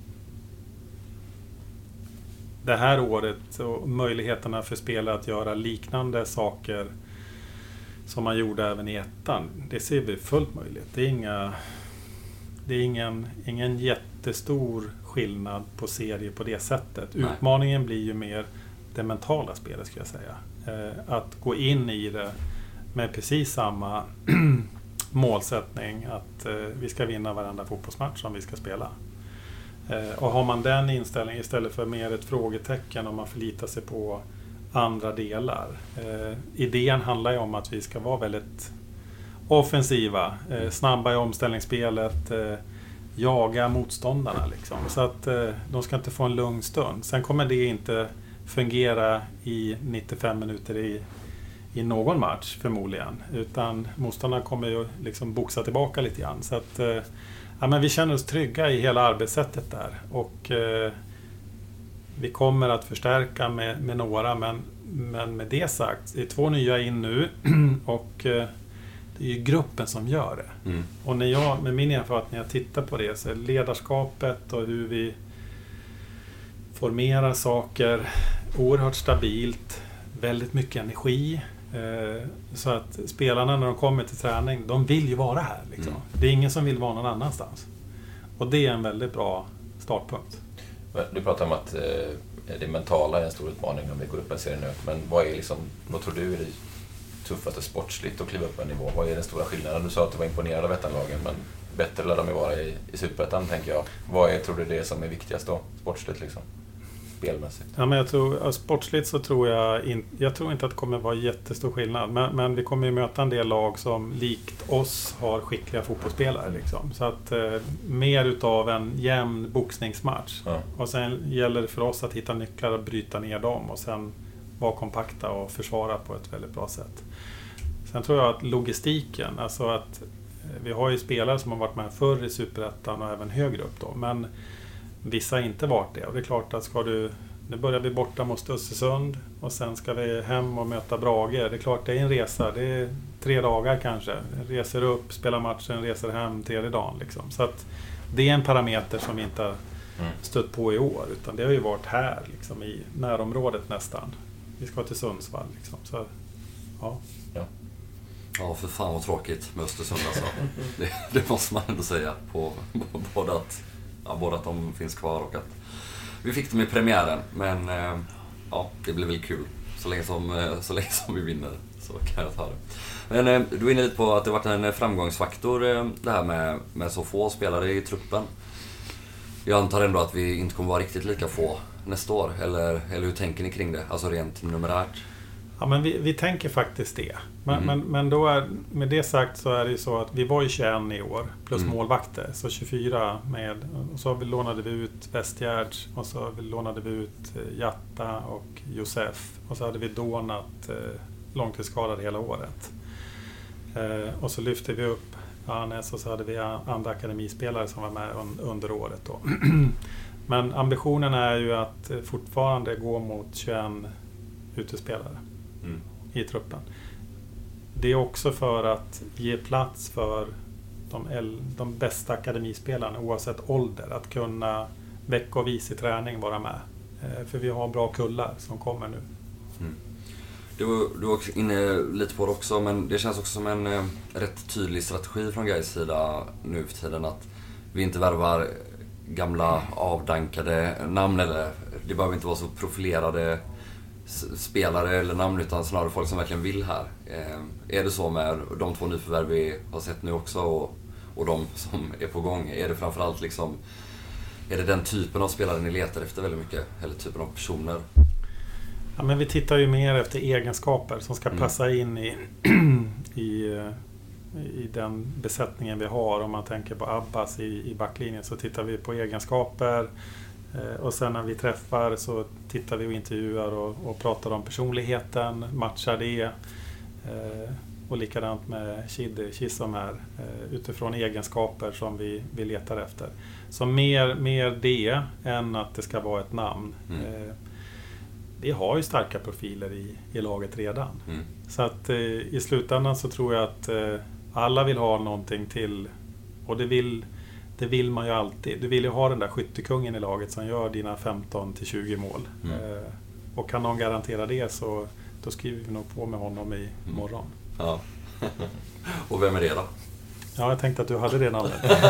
Speaker 3: det här året och möjligheterna för spelare att göra liknande saker som man gjorde även i ettan, det ser vi fullt möjligt. Det är, inga, det är ingen, ingen jättestor skillnad på serie på det sättet. Nej. Utmaningen blir ju mer det mentala spelet, ska jag säga. Eh, att gå in i det med precis samma målsättning att eh, vi ska vinna varenda fotbollsmatch som vi ska spela. Eh, och har man den inställningen istället för mer ett frågetecken om man förlitar sig på andra delar. Eh, idén handlar ju om att vi ska vara väldigt offensiva, eh, snabba i omställningsspelet, eh, jaga motståndarna liksom. Så att eh, de ska inte få en lugn stund. Sen kommer det inte fungera i nittiofem minuter i, i någon match förmodligen, utan motståndarna kommer ju liksom boxa tillbaka lite grann. Så att eh, ja, men vi känner oss trygga i hela arbetssättet där, och eh, vi kommer att förstärka med, med några, men, men med det sagt, det är två nya in nu och eh, det är ju gruppen som gör det. Mm. Och när jag, med min erfarenhet när jag tittar på det, så är ledarskapet och hur vi formerar saker oerhört stabilt, väldigt mycket energi. Eh, så att spelarna när de kommer till träning, de vill ju vara här. Liksom. Mm. Det är ingen som vill vara någon annanstans. Och det är en väldigt bra startpunkt.
Speaker 4: Du pratar om att eh, det mentala är en stor utmaning om vi går upp en serie nu. Men vad är liksom, vad tror du är det tuffaste sportsligt att kliva upp en nivå? Vad är den stora skillnaden? Du sa att du var imponerad av ettanlagen, men bättre lär de ju vara i, i Superettan, tänker jag. Vad är, tror du, det som är viktigast då, sportsligt liksom? Spelmässigt.
Speaker 3: Ja, men jag tror, ja, sportsligt så tror jag, in, jag tror inte att det kommer vara jättestor skillnad. Men, men vi kommer ju möta en del lag som likt oss har skickliga fotbollsspelare. Liksom. Så att eh, mer utav en jämn boxningsmatch. Ja. Och sen gäller det för oss att hitta nycklar och bryta ner dem. Och sen vara kompakta och försvara på ett väldigt bra sätt. Sen tror jag att logistiken, alltså att Vi har ju spelare som har varit med förr i Superettan och även högre upp då, men vissa har inte varit det. Och det är klart att ska du, nu börjar vi borta mot Östersund och sen ska vi hem och möta Brage. Det är klart det är en resa, det är tre dagar kanske. Reser upp, spelar matchen, reser hem tredje dagen liksom. Så att det är en parameter som vi inte har stött på i år, utan det har ju varit här liksom, i närområdet nästan. Vi ska till Sundsvall liksom. Så, ja.
Speaker 4: Ja.
Speaker 2: Ja, för fan vad tråkigt med Östersund alltså. det, det måste man ändå säga. På, på, både, att, ja, både att de finns kvar och att vi fick dem i premiären. Men eh, ja, det blir väl kul. Så länge som, så länge som vi vinner så kan jag ta det. Men eh, du är inne lite på att det varit en framgångsfaktor eh, det här med, med så få spelare i truppen. Jag antar ändå att vi inte kommer vara riktigt lika få nästa år. Eller, eller hur tänker ni kring det? Alltså rent numerärt.
Speaker 3: Ja, men vi, vi tänker faktiskt det. Men,
Speaker 2: Mm.
Speaker 3: men, men då är, med det sagt så är det ju så att vi var ju tjugoett i år plus
Speaker 2: Mm.
Speaker 3: målvakter. Så tjugofyra med, och så lånade vi ut Westgärds och så lånade vi ut Jatta och Josef. Och så hade vi donat eh, långtidsskadade hela året. Eh, och så lyfte vi upp Anes och så hade vi andra akademispelare som var med un, under året då. Men ambitionen är ju att fortfarande gå mot tjugoett utespelare
Speaker 2: Mm.
Speaker 3: i truppen. Det är också för att ge plats för de, el- de bästa akademispelarna oavsett ålder att kunna veckovis i träning vara med. Eh, för vi har bra kullar som kommer nu.
Speaker 2: Mm. Du, du var också inne lite på det också, men det känns också som en eh, rätt tydlig strategi från Gais sida nu för tiden att vi inte värvar gamla avdankade namn, eller det behöver inte vara så profilerade spelare eller namn, utan snarare folk som verkligen vill här. Eh, är det så med de två nyförvärv vi har sett nu också och, och de som är på gång? Är det framförallt liksom, är det den typen av spelare ni letar efter väldigt mycket? Eller typen av personer?
Speaker 3: Ja, men vi tittar ju mer efter egenskaper som ska
Speaker 2: Mm.
Speaker 3: passa in i, i, i den besättningen vi har. Om man tänker på Abbas i, i backlinjen så tittar vi på egenskaper. Och sen när vi träffar så tittar vi och intervjuar och, och pratar om personligheten, matchar det. Eh, och likadant med Kid, Kissom här, eh, utifrån egenskaper som vi, vi letar efter. Så mer, mer det än att det ska vara ett namn.
Speaker 2: Mm.
Speaker 3: Eh, vi har ju starka profiler i, i laget redan.
Speaker 2: Mm.
Speaker 3: Så att eh, i slutändan så tror jag att eh, alla vill ha någonting till, och det vill... Det vill man ju alltid. Du vill ju ha den där skyttekungen i laget som gör dina femton till tjugo mål.
Speaker 2: Mm.
Speaker 3: Eh, och kan någon garantera det så då skriver vi nog på med honom i
Speaker 2: Mm.
Speaker 3: morgon.
Speaker 2: Ja. Och vem är det då?
Speaker 3: Ja, jag tänkte att du hade det namnet.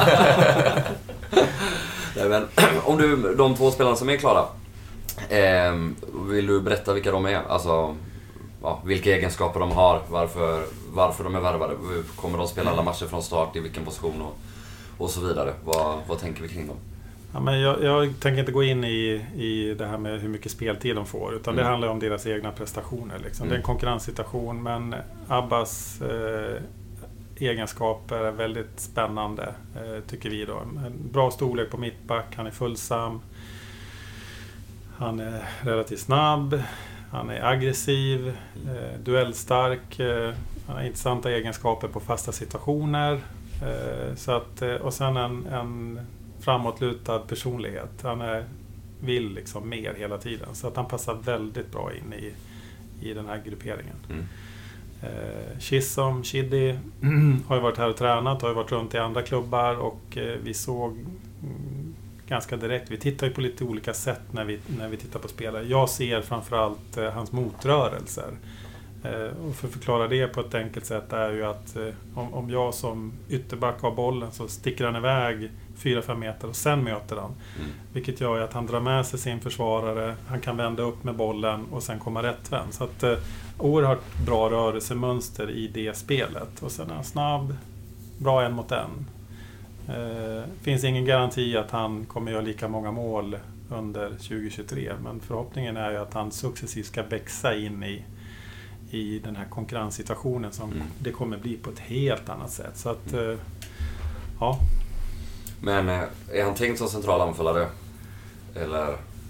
Speaker 2: Nej, men, om du, de två spelarna som är klara, eh, vill du berätta vilka de är? Alltså, ja, vilka egenskaper de har, varför, varför de är värvade, kommer de spela alla matcher från start, i vilken position och, och så vidare. Vad, vad tänker vi kring dem?
Speaker 3: Ja, men jag, jag tänker inte gå in i, i det här med hur mycket speltid de får, utan
Speaker 2: Mm.
Speaker 3: det handlar om deras egna prestationer. Liksom.
Speaker 2: Mm.
Speaker 3: Det är en konkurrenssituation, men Abbas eh, egenskaper är väldigt spännande, eh, tycker vi då. En bra storlek på mittback, han är fullsam, han är relativt snabb, han är aggressiv, eh, duellstark, eh, han har intressanta egenskaper på fasta situationer. Eh, så att, eh, och sen en, en framåtlutad personlighet. Han är, vill liksom mer hela tiden. Så att han passar väldigt bra in i, i den här grupperingen.
Speaker 2: Mm.
Speaker 3: Eh, Kissom, Chidi har ju varit här och tränat, har ju varit runt i andra klubbar och eh, vi såg mm, ganska direkt, vi tittar ju på lite olika sätt när vi, när vi tittar på spelare. Jag ser framförallt eh, hans motrörelser. Eh, och för att förklara det på ett enkelt sätt är ju att eh, om, om jag som ytterback har bollen så sticker han iväg fyra fem meter och sen möter han.
Speaker 2: Mm.
Speaker 3: Vilket gör att han drar med sig sin försvarare, han kan vända upp med bollen och sen komma rättvänd. Så att eh, oerhört bra rörelsemönster i det spelet. Och sen är han snabb, bra en mot en. Eh, finns ingen garanti att han kommer göra lika många mål under tjugo tjugotre, men förhoppningen är ju att han successivt ska växa in i, i den här konkurrenssituationen som
Speaker 2: Mm.
Speaker 3: det kommer bli på ett helt annat sätt. Så att, eh, ja.
Speaker 2: Men eh, är han tänkt som central anfallare? Eller?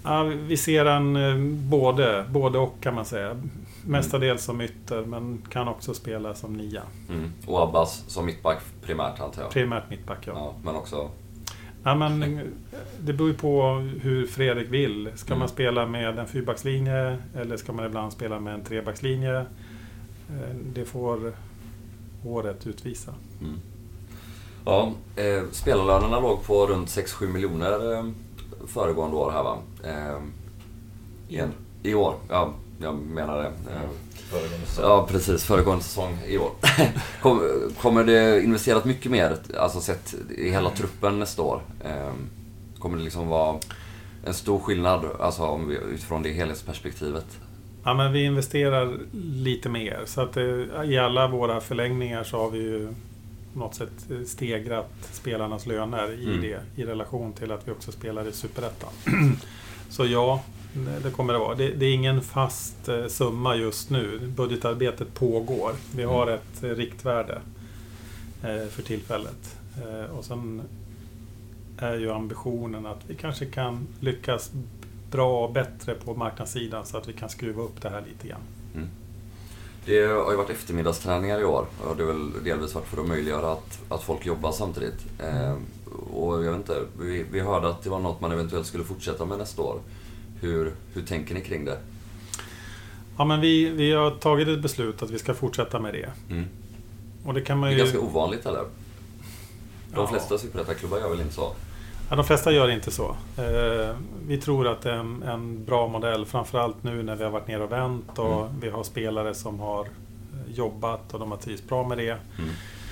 Speaker 3: Ja, vi ser en eh, både, både och kan man säga. Mestadels som ytter, men kan också spela som nia.
Speaker 2: Mm. Och Abbas som mittback primärt, antar jag.
Speaker 3: Primärt mittback, ja.
Speaker 2: Ja, men också...
Speaker 3: Ja, men det beror ju på hur Fredrik vill. Ska
Speaker 2: Mm.
Speaker 3: man spela med en fyrbackslinje eller ska man ibland spela med en trebackslinje? Eh, Det får året utvisa.
Speaker 2: Mm. Ja, eh, spelarlönerna låg på runt sex sju miljoner eh, föregående år här, va? Eh, igen, I år, ja, jag menar det. Eh,
Speaker 4: Föregående säsong.
Speaker 2: ja, precis. Föregående säsong i år. Kom, kommer det investerat mycket mer, alltså sett i hela truppen nästa år? Eh, kommer det liksom vara en stor skillnad, alltså om vi, utifrån det helhetsperspektivet?
Speaker 3: Ja, men vi investerar lite mer. Så att eh, i alla våra förlängningar så har vi ju på något sätt stegrat spelarnas löner i
Speaker 2: Mm.
Speaker 3: det i relation till att vi också spelar i Superettan. Så ja, det kommer det vara. Det, det är ingen fast eh, summa just nu. Budgetarbetet pågår. Vi har ett eh, riktvärde eh, för tillfället. Eh, och sen är ju ambitionen att vi kanske kan lyckas bra och bättre på marknadssidan så att vi kan skruva upp det här lite grann.
Speaker 2: Mm. Det har ju varit eftermiddagsträningar i år och det har väl delvis varit för att möjliggöra att, att folk jobbar samtidigt. Eh, och jag vet inte, vi, vi hörde att det var något man eventuellt skulle fortsätta med nästa år. Hur, hur tänker ni kring det?
Speaker 3: Ja, men vi, vi har tagit ett beslut att vi ska fortsätta med det.
Speaker 2: Mm.
Speaker 3: Och det kan man
Speaker 2: Det är
Speaker 3: ju...
Speaker 2: ganska ovanligt, eller? De
Speaker 3: Ja.
Speaker 2: flesta superettan-klubbar gör väl inte så?
Speaker 3: Ja, de flesta gör inte så. Eh, vi tror att det är en, en bra modell, framförallt nu när vi har varit ner och vänt och
Speaker 2: Mm.
Speaker 3: vi har spelare som har eh, jobbat och de har trivs bra med det.
Speaker 2: Mm.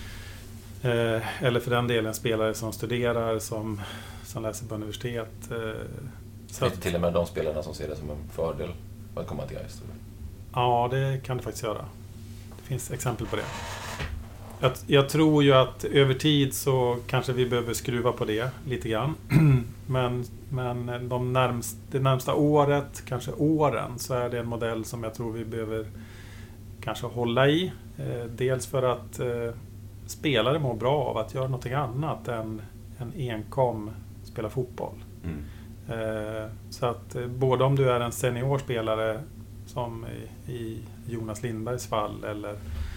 Speaker 3: Eh, eller för den delen spelare som studerar, som, som läser på universitet. Eh, så
Speaker 4: Lite
Speaker 3: att,
Speaker 4: till och med de spelarna som ser det som en fördel att komma till Gais.
Speaker 3: ja, det kan det faktiskt göra. Det finns exempel på det. Jag, jag tror ju att över tid så kanske vi behöver skruva på det lite grann. Men, men de närmst, det närmsta året, kanske åren, så är det en modell som jag tror vi behöver kanske hålla i. Eh, dels för att eh, spelare mår bra av att göra något annat än, än enkom spela fotboll.
Speaker 2: Mm.
Speaker 3: Eh, så att eh, både om du är en seniorspelare som i, i Jonas Lindbergs fall eller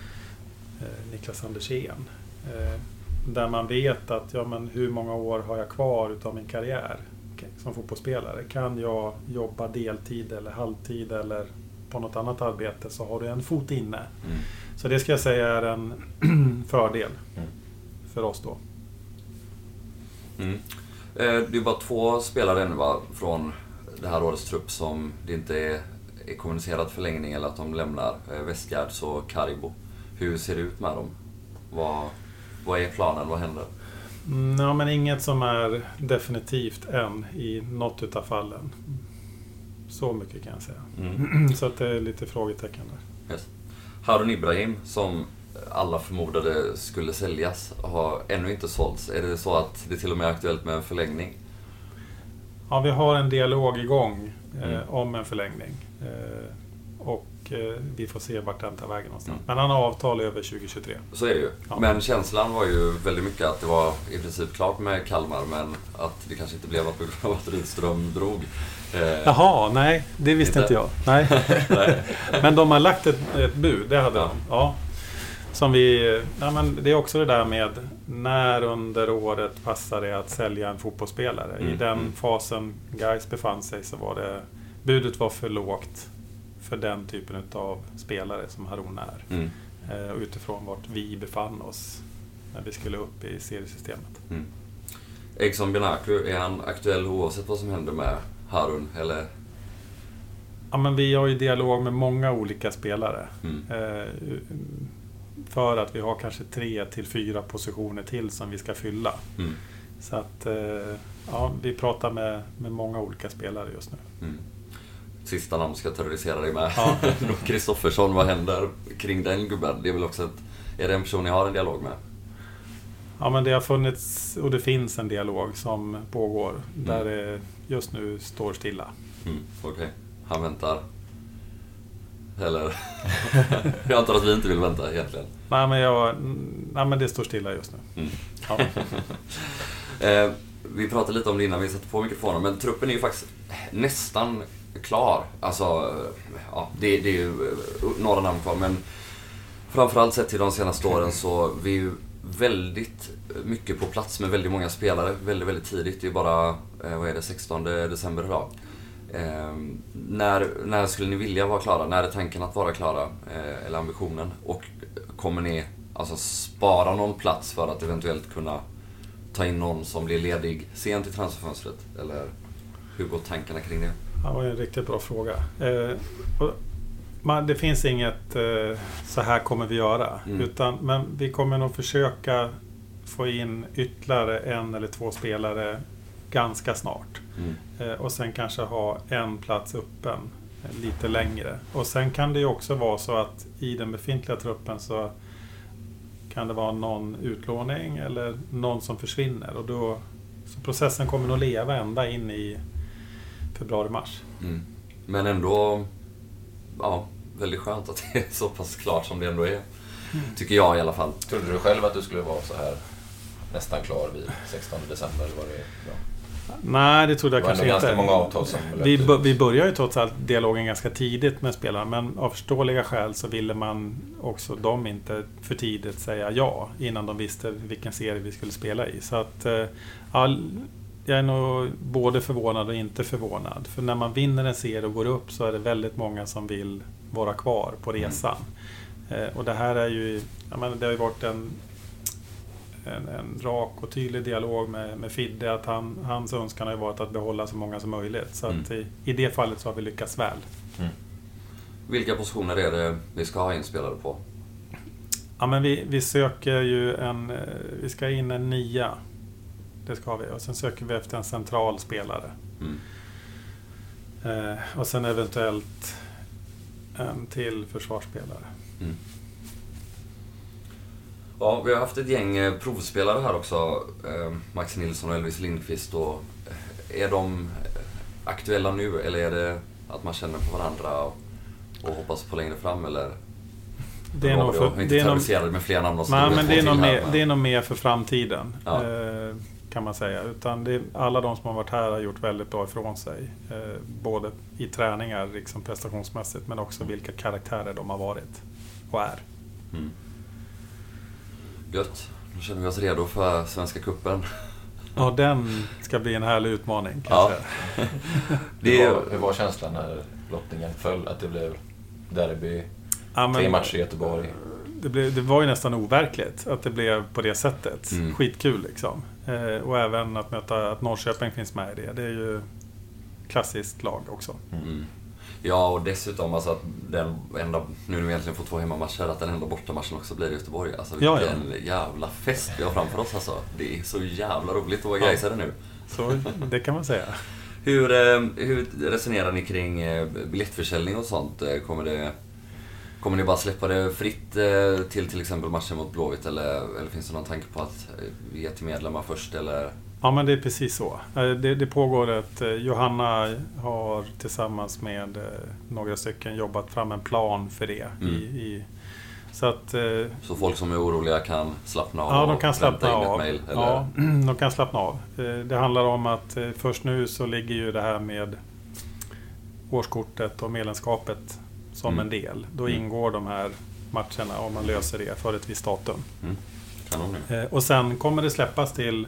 Speaker 3: eh, Niklas Andersén, eh, där man vet att ja, men hur många år har jag kvar utav min karriär som fotbollsspelare? Kan jag jobba deltid eller halvtid eller på något annat arbete, så har du en fot inne.
Speaker 2: Mm.
Speaker 3: Så det ska jag säga är en fördel
Speaker 4: Mm.
Speaker 3: för oss då.
Speaker 2: Mm. Eh, det är bara två spelare ännu, va, från det här årets trupp som det inte är, är kommunicerad förlängning eller att de lämnar. Eh, Westgärds och Karibo. Hur ser det ut med dem? Vad, vad är planen? Vad händer?
Speaker 3: Mm, ja, men inget som är definitivt än i något utav fallen. Så mycket kan jag säga.
Speaker 2: Mm.
Speaker 3: Så att det är lite frågetecken där.
Speaker 2: Yes. Harun Ibrahim, som alla förmodade skulle säljas, har ännu inte sålts. Är det så att det till och med är aktuellt med en förlängning?
Speaker 3: Ja, vi har en dialog igång eh,
Speaker 2: Mm.
Speaker 3: om en förlängning. Eh, och eh, vi får se vart den tar vägen någonstans.
Speaker 2: Mm.
Speaker 3: Men han har avtal över tjugo tjugotre.
Speaker 2: Så är det ju.
Speaker 3: Ja.
Speaker 2: Men känslan var ju väldigt mycket att det var i princip klart med Kalmar, men att det kanske inte blev att på grund av att Rydström drog. Eh,
Speaker 3: Jaha, nej, det visste
Speaker 2: Inte?
Speaker 3: inte jag. Nej.
Speaker 2: nej.
Speaker 3: Men de har lagt ett, ett bud, det hade
Speaker 2: Ja.
Speaker 3: de. Ja. Som vi, ja, men det är också det där med när under året passar det att sälja en fotbollsspelare.
Speaker 2: Mm,
Speaker 3: I den
Speaker 2: mm.
Speaker 3: fasen Gais befann sig så var det, budet var för lågt för den typen av spelare som Harun är.
Speaker 2: Mm.
Speaker 3: Eh, utifrån vart vi befann oss när vi skulle upp i seriesystemet.
Speaker 2: Mm. Egson Benaku, är han aktuell oavsett vad som händer med Harun? Eller?
Speaker 3: Ja, men vi har ju dialog med många olika spelare.
Speaker 2: Mm.
Speaker 3: Eh, för att vi har kanske tre till fyra positioner till som vi ska fylla.
Speaker 2: Mm.
Speaker 3: Så att eh, ja, vi pratar med, med många olika spelare just nu.
Speaker 2: Mm. Sista namn ska terrorisera dig med.
Speaker 3: Ja.
Speaker 2: Kristoffersson, vad händer kring den gubben? Det är väl också ett, är det en person ni har en dialog med?
Speaker 3: Ja, men det har funnits och det finns en dialog som pågår där
Speaker 2: Mm.
Speaker 3: det just nu står stilla.
Speaker 2: Mm. Okej, okay. Han väntar. Eller? Jag antar att vi inte vill vänta egentligen.
Speaker 3: Nej, men, jag, nej, men det står stilla just nu.
Speaker 2: Mm.
Speaker 3: Ja.
Speaker 2: Eh, vi pratade lite om det innan vi satte på mikrofonen, men truppen är ju faktiskt nästan klar. Alltså, ja, det, det är ju några namn kvar, men framförallt sett till de senaste åren så vi är ju väldigt mycket på plats med väldigt många spelare väldigt, väldigt tidigt. Det är bara, eh, vad är det, sextonde december idag. Eh, när, när skulle ni vilja vara klara? När är tanken att vara klara? Eh, eller ambitionen? Och kommer ni alltså spara någon plats för att eventuellt kunna ta in någon som blir ledig sent i transferfönstret? Eller hur går tankarna kring det?
Speaker 3: Ja, det var en riktigt bra fråga. Eh, och man, det finns inget eh, så här kommer vi göra.
Speaker 2: Mm.
Speaker 3: Utan, men vi kommer nog försöka få in ytterligare en eller två spelare ganska snart.
Speaker 2: Mm.
Speaker 3: Eh, och sen kanske ha en plats öppen eh, lite längre. Och sen kan det ju också vara så att i den befintliga truppen så kan det vara någon utlåning eller någon som försvinner. Och då, så processen kommer nog leva ända in i februari-mars.
Speaker 2: Mm. Men ändå, ja, väldigt skönt att det är så pass klart som det ändå är. Mm. Tycker jag i alla fall.
Speaker 4: Trodde du själv att du skulle vara så här nästan klar vid sextonde december? Var det, ja.
Speaker 3: Nej, det trodde jag
Speaker 4: det var
Speaker 3: kanske inte.
Speaker 4: Ganska många avtal som
Speaker 3: vi, vi började ju trots allt dialogen ganska tidigt med spelarna, men av förståeliga skäl så ville man också de inte för tidigt säga ja innan de visste vilken serie vi skulle spela i. Så att ja, jag är nog både förvånad och inte förvånad. För när man vinner en serie och går upp så är det väldigt många som vill vara kvar på resan. Mm. Och det här är ju, jag menar, det har ju varit en En, en rak och tydlig dialog med, med Fidde att han, hans önskan har ju varit att behålla så många som möjligt. Så
Speaker 2: mm.
Speaker 3: att i, i det fallet så har vi lyckats väl.
Speaker 2: Mm. Vilka positioner är det vi ska ha inspelade på?
Speaker 3: Ja, men vi, vi söker ju en, vi ska in en nia. Det ska vi. Och sen söker vi efter en central spelare.
Speaker 2: Mm.
Speaker 3: Eh, och sen eventuellt en till försvarsspelare.
Speaker 2: Mm. Ja, vi har haft ett gäng provspelare här också. Max Nilsson och Elvis Lindqvist. Och är de aktuella nu eller är det att man känner på varandra och, och hoppas på längre fram? Eller?
Speaker 3: Det är nog för,
Speaker 2: inte det är terroriserad med fler namn.
Speaker 3: Nej, men det är, nog mer, det är nog mer för framtiden.
Speaker 2: Ja.
Speaker 3: Eh, kan man säga. Utan det, alla de som har varit här har gjort väldigt bra ifrån sig. Eh, både i träningar liksom prestationsmässigt men också vilka karaktärer de har varit och är.
Speaker 2: Mm. Gött. Nu känner vi oss redo för Svenska cupen.
Speaker 3: Ja, den ska bli en härlig utmaning kanske.
Speaker 2: Ja.
Speaker 4: det hur, var, hur var känslan när lottningen föll? Att det blev derby, ja, men, tre matcher i Göteborg?
Speaker 3: Det, blev, det var ju nästan overkligt att det blev på det sättet. Mm. Skitkul liksom. Eh, och även att möta att Norrköping finns med i det. Det är ju klassiskt lag också.
Speaker 2: Mm. Ja, och dessutom alltså att den enda, nu när vi egentligen får två hemmamatcher, att den enda bortamatchen också blir i Göteborg. Alltså vilken ja, ja. jävla fest vi har framför oss alltså. Det är så jävla roligt att vara gaisade nu.
Speaker 3: Så det kan man säga.
Speaker 2: Hur, hur resonerar ni kring biljettförsäljning och sånt? Kommer det, kommer ni bara släppa det fritt till till exempel matchen mot Blåvitt eller, eller finns det någon tanke på att vi är till medlemmar först eller?
Speaker 3: Ja, men det är precis så. Det, det pågår att Johanna har tillsammans med några stycken jobbat fram en plan för det.
Speaker 2: Mm.
Speaker 3: I, i, så, att,
Speaker 2: så folk som är oroliga kan slappna av?
Speaker 3: Ja, de kan slappna av.
Speaker 2: Mail, eller?
Speaker 3: Ja, de kan slappna av. Det handlar om att först nu så ligger ju det här med årskortet och medlemskapet som mm. en del. Då
Speaker 2: mm.
Speaker 3: ingår de här matcherna om man löser det för ett visst datum.
Speaker 2: Mm. Kanon nu.
Speaker 3: Och sen kommer det släppas till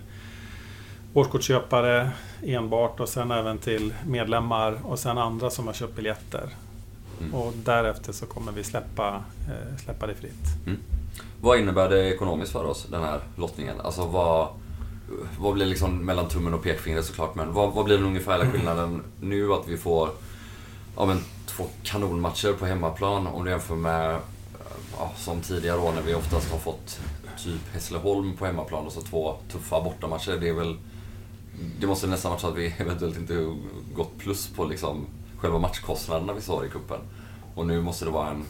Speaker 3: årskortsköpare enbart och sen även till medlemmar och sen andra som har köpt biljetter. Mm. Och därefter så kommer vi släppa, eh, släppa det fritt.
Speaker 2: Mm. Vad innebär det ekonomiskt för oss, den här lottningen? Alltså vad, vad blir liksom mellan tummen och pekfingret såklart, men vad, vad blir den ungefärliga skillnaden nu att vi får ja, men, två kanonmatcher på hemmaplan om du jämför med ja, som tidigare år när vi oftast har fått typ Hässleholm på hemmaplan och så två tuffa bortamatcher. Det är väl det måste nästan vara så att vi eventuellt inte gått plus på liksom själva matchkostnaderna vi sa i kuppen. Och nu måste det vara en,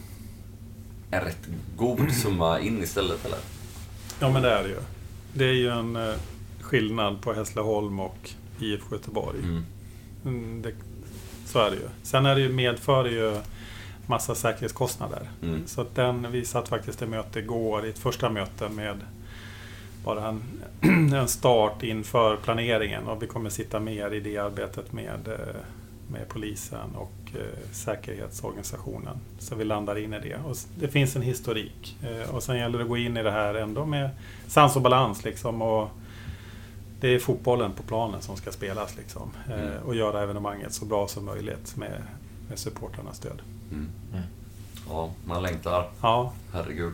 Speaker 2: en rätt god summa in istället, eller?
Speaker 3: Ja, men det är det ju. Det är ju en eh, skillnad på Hässleholm och I F K Göteborg. Mm. Mm, det, så är det ju. Sen är det ju medför det ju massa säkerhetskostnader. Mm. Så att den, vi satt faktiskt i möte igår, i ett första möte med bara en en start inför planeringen och vi kommer sitta mer i det arbetet med, med polisen och eh, säkerhetsorganisationen. Så vi landar in i det. Och det finns en historik. Eh, och sen gäller det att gå in i det här ändå med sans och balans liksom. Och det är fotbollen på planen som ska spelas liksom. Eh, mm. Och göra evenemanget så bra som möjligt med, med supportarnas stöd.
Speaker 2: Mm. Mm. Ja, man längtar.
Speaker 3: Ja.
Speaker 2: Herregud.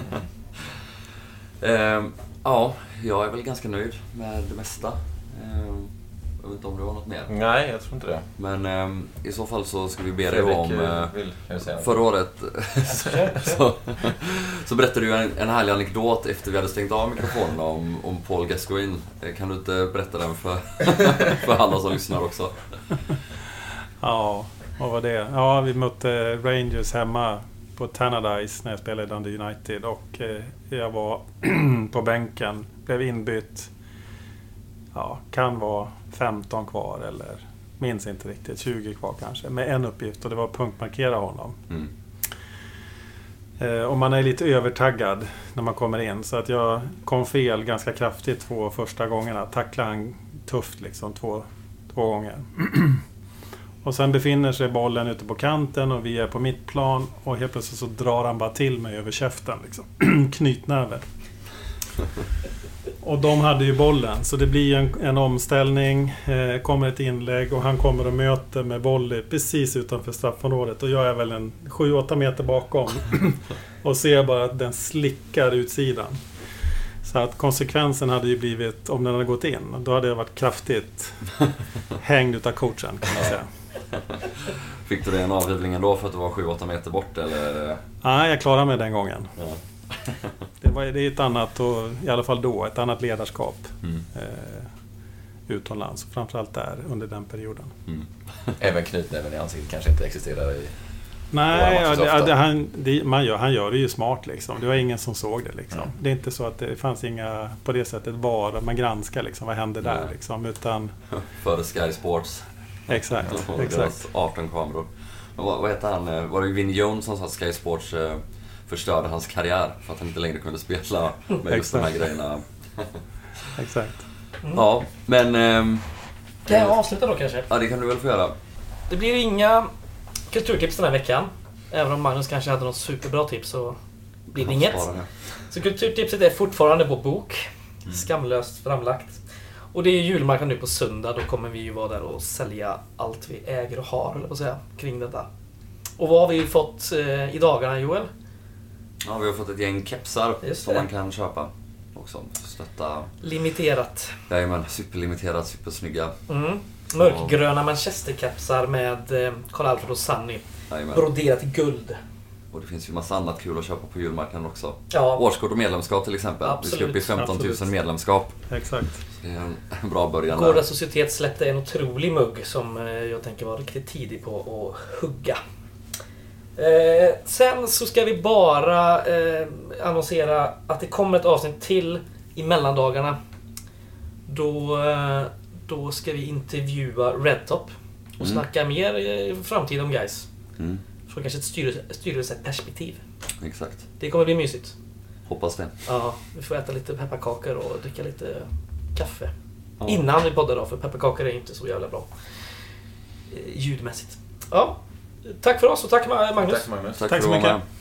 Speaker 2: eh, ja, jag är väl ganska nöjd med det mesta. Eh, jag vet inte om du har något mer.
Speaker 4: Nej, jag tror inte det.
Speaker 2: Men eh, i så fall så ska vi be dig om... Eh,
Speaker 4: vill jag säga
Speaker 2: förra året så, så berättade du en, en härlig anekdot efter vi hade stängt av mikrofonen om, om Paul Gascoigne. Kan du inte berätta den för, för alla som lyssnar också?
Speaker 3: Ja, vad var det? Ja, vi mötte Rangers hemma på Tannadice när jag spelade i Dundee United och eh, jag var på bänken, blev inbytt. Ja, kan vara femton kvar eller minns inte riktigt, tjugo kvar kanske, med en uppgift och det var att punktmarkera honom. Mm. Eh, och man är lite övertaggad när man kommer in så att jag kom fel ganska kraftigt två första gångerna, tacklade han tufft liksom två, två gånger. Och sen befinner sig bollen ute på kanten och vi är på mitt plan och helt plötsligt så drar han bara till mig över käften liksom. Knytnäve. Och de hade ju bollen så det blir en, en omställning, eh, kommer ett inlägg och han kommer och möter med volley precis utanför straffområdet och jag är väl en sju åtta meter bakom och ser bara att den slickar utsidan. Så att konsekvensen hade ju blivit, om den hade gått in, då hade jag varit kraftigt hängd utav coachen kan man säga.
Speaker 2: Fick du det en avgivning ändå för att du var sju åtta meter bort eller?
Speaker 3: Nej, jag klarade mig den gången.
Speaker 2: Ja.
Speaker 3: Det var det är ett annat, och i alla fall då, ett annat ledarskap mm. eh, utomlands. Framförallt där under den perioden.
Speaker 4: Mm. Även knytnäven i ansiktet kanske inte existerar i...
Speaker 3: Nej, ja, det, det, han, det, man gör, han gör det ju smart liksom. Det var ingen som såg det liksom. Mm. Det är inte så att det fanns inga, på det sättet var man granskar liksom, vad hände där mm. liksom, utan...
Speaker 2: För Sky Sports.
Speaker 3: Exakt,
Speaker 2: och
Speaker 3: exakt.
Speaker 2: arton kameror. Vad, vad heter han? Var det Vin Jones som sa att Sky Sports eh, förstörde hans karriär för att han inte längre kunde spela med just de här grejerna?
Speaker 3: Exakt.
Speaker 2: Mm. Ja, men... Eh,
Speaker 1: kan jag avsluta då kanske?
Speaker 2: Ja, det kan du väl få göra.
Speaker 1: Det blir inga kulturtips den här veckan. Även om Magnus kanske hade något superbra tips så blir det inget. Så kulturtipset är fortfarande på bok. Mm. Skamlöst framlagt. Och det är julmarknad nu på söndag. Då kommer vi ju vara där och sälja allt vi äger och har, eller på att säga, kring detta. Och vad har vi fått eh, i dagarna, Joel?
Speaker 2: Ja, vi har fått ett gäng kepsar som man kan köpa. Också stötta.
Speaker 1: Limiterat.
Speaker 2: Jajamän, superlimiterat, supersnygga.
Speaker 1: Mm. Mörkgröna manchesterkepsar med eh, Karl Alfred och Sunny.
Speaker 2: Jajamän.
Speaker 1: Broderat i guld.
Speaker 2: Och det finns ju massa annat kul att köpa på julmarknaden också.
Speaker 1: Ja.
Speaker 2: Årskort och medlemskap till exempel.
Speaker 1: Absolut.
Speaker 2: Vi ska upp i femton tusen
Speaker 3: Absolut.
Speaker 2: medlemskap.
Speaker 3: Exakt.
Speaker 2: Det är en bra början.
Speaker 1: Gårda Societet släppte en otrolig mugg som eh, jag tänker vara riktigt tidig på att hugga. Eh, sen så ska vi bara eh, annonsera att det kommer ett avsnitt till i mellandagarna. Då, eh, då ska vi intervjua Redtop och
Speaker 2: mm.
Speaker 1: snacka mer eh, framtid om guys.
Speaker 2: Mm.
Speaker 1: Från kanske ett styrelse, styrelseperspektiv.
Speaker 2: Exakt.
Speaker 1: Det kommer bli mysigt.
Speaker 2: Hoppas det.
Speaker 1: Ja, vi får äta lite pepparkakor och dricka lite kaffe.
Speaker 2: Ja.
Speaker 1: Innan vi poddar då, för pepparkakor är inte så jävla bra eh, ljudmässigt. Ja, tack för oss och tack Magnus.
Speaker 4: Tack Magnus.
Speaker 2: Tack,
Speaker 3: Tack
Speaker 2: för
Speaker 3: så
Speaker 2: att du var
Speaker 3: mycket.
Speaker 2: med.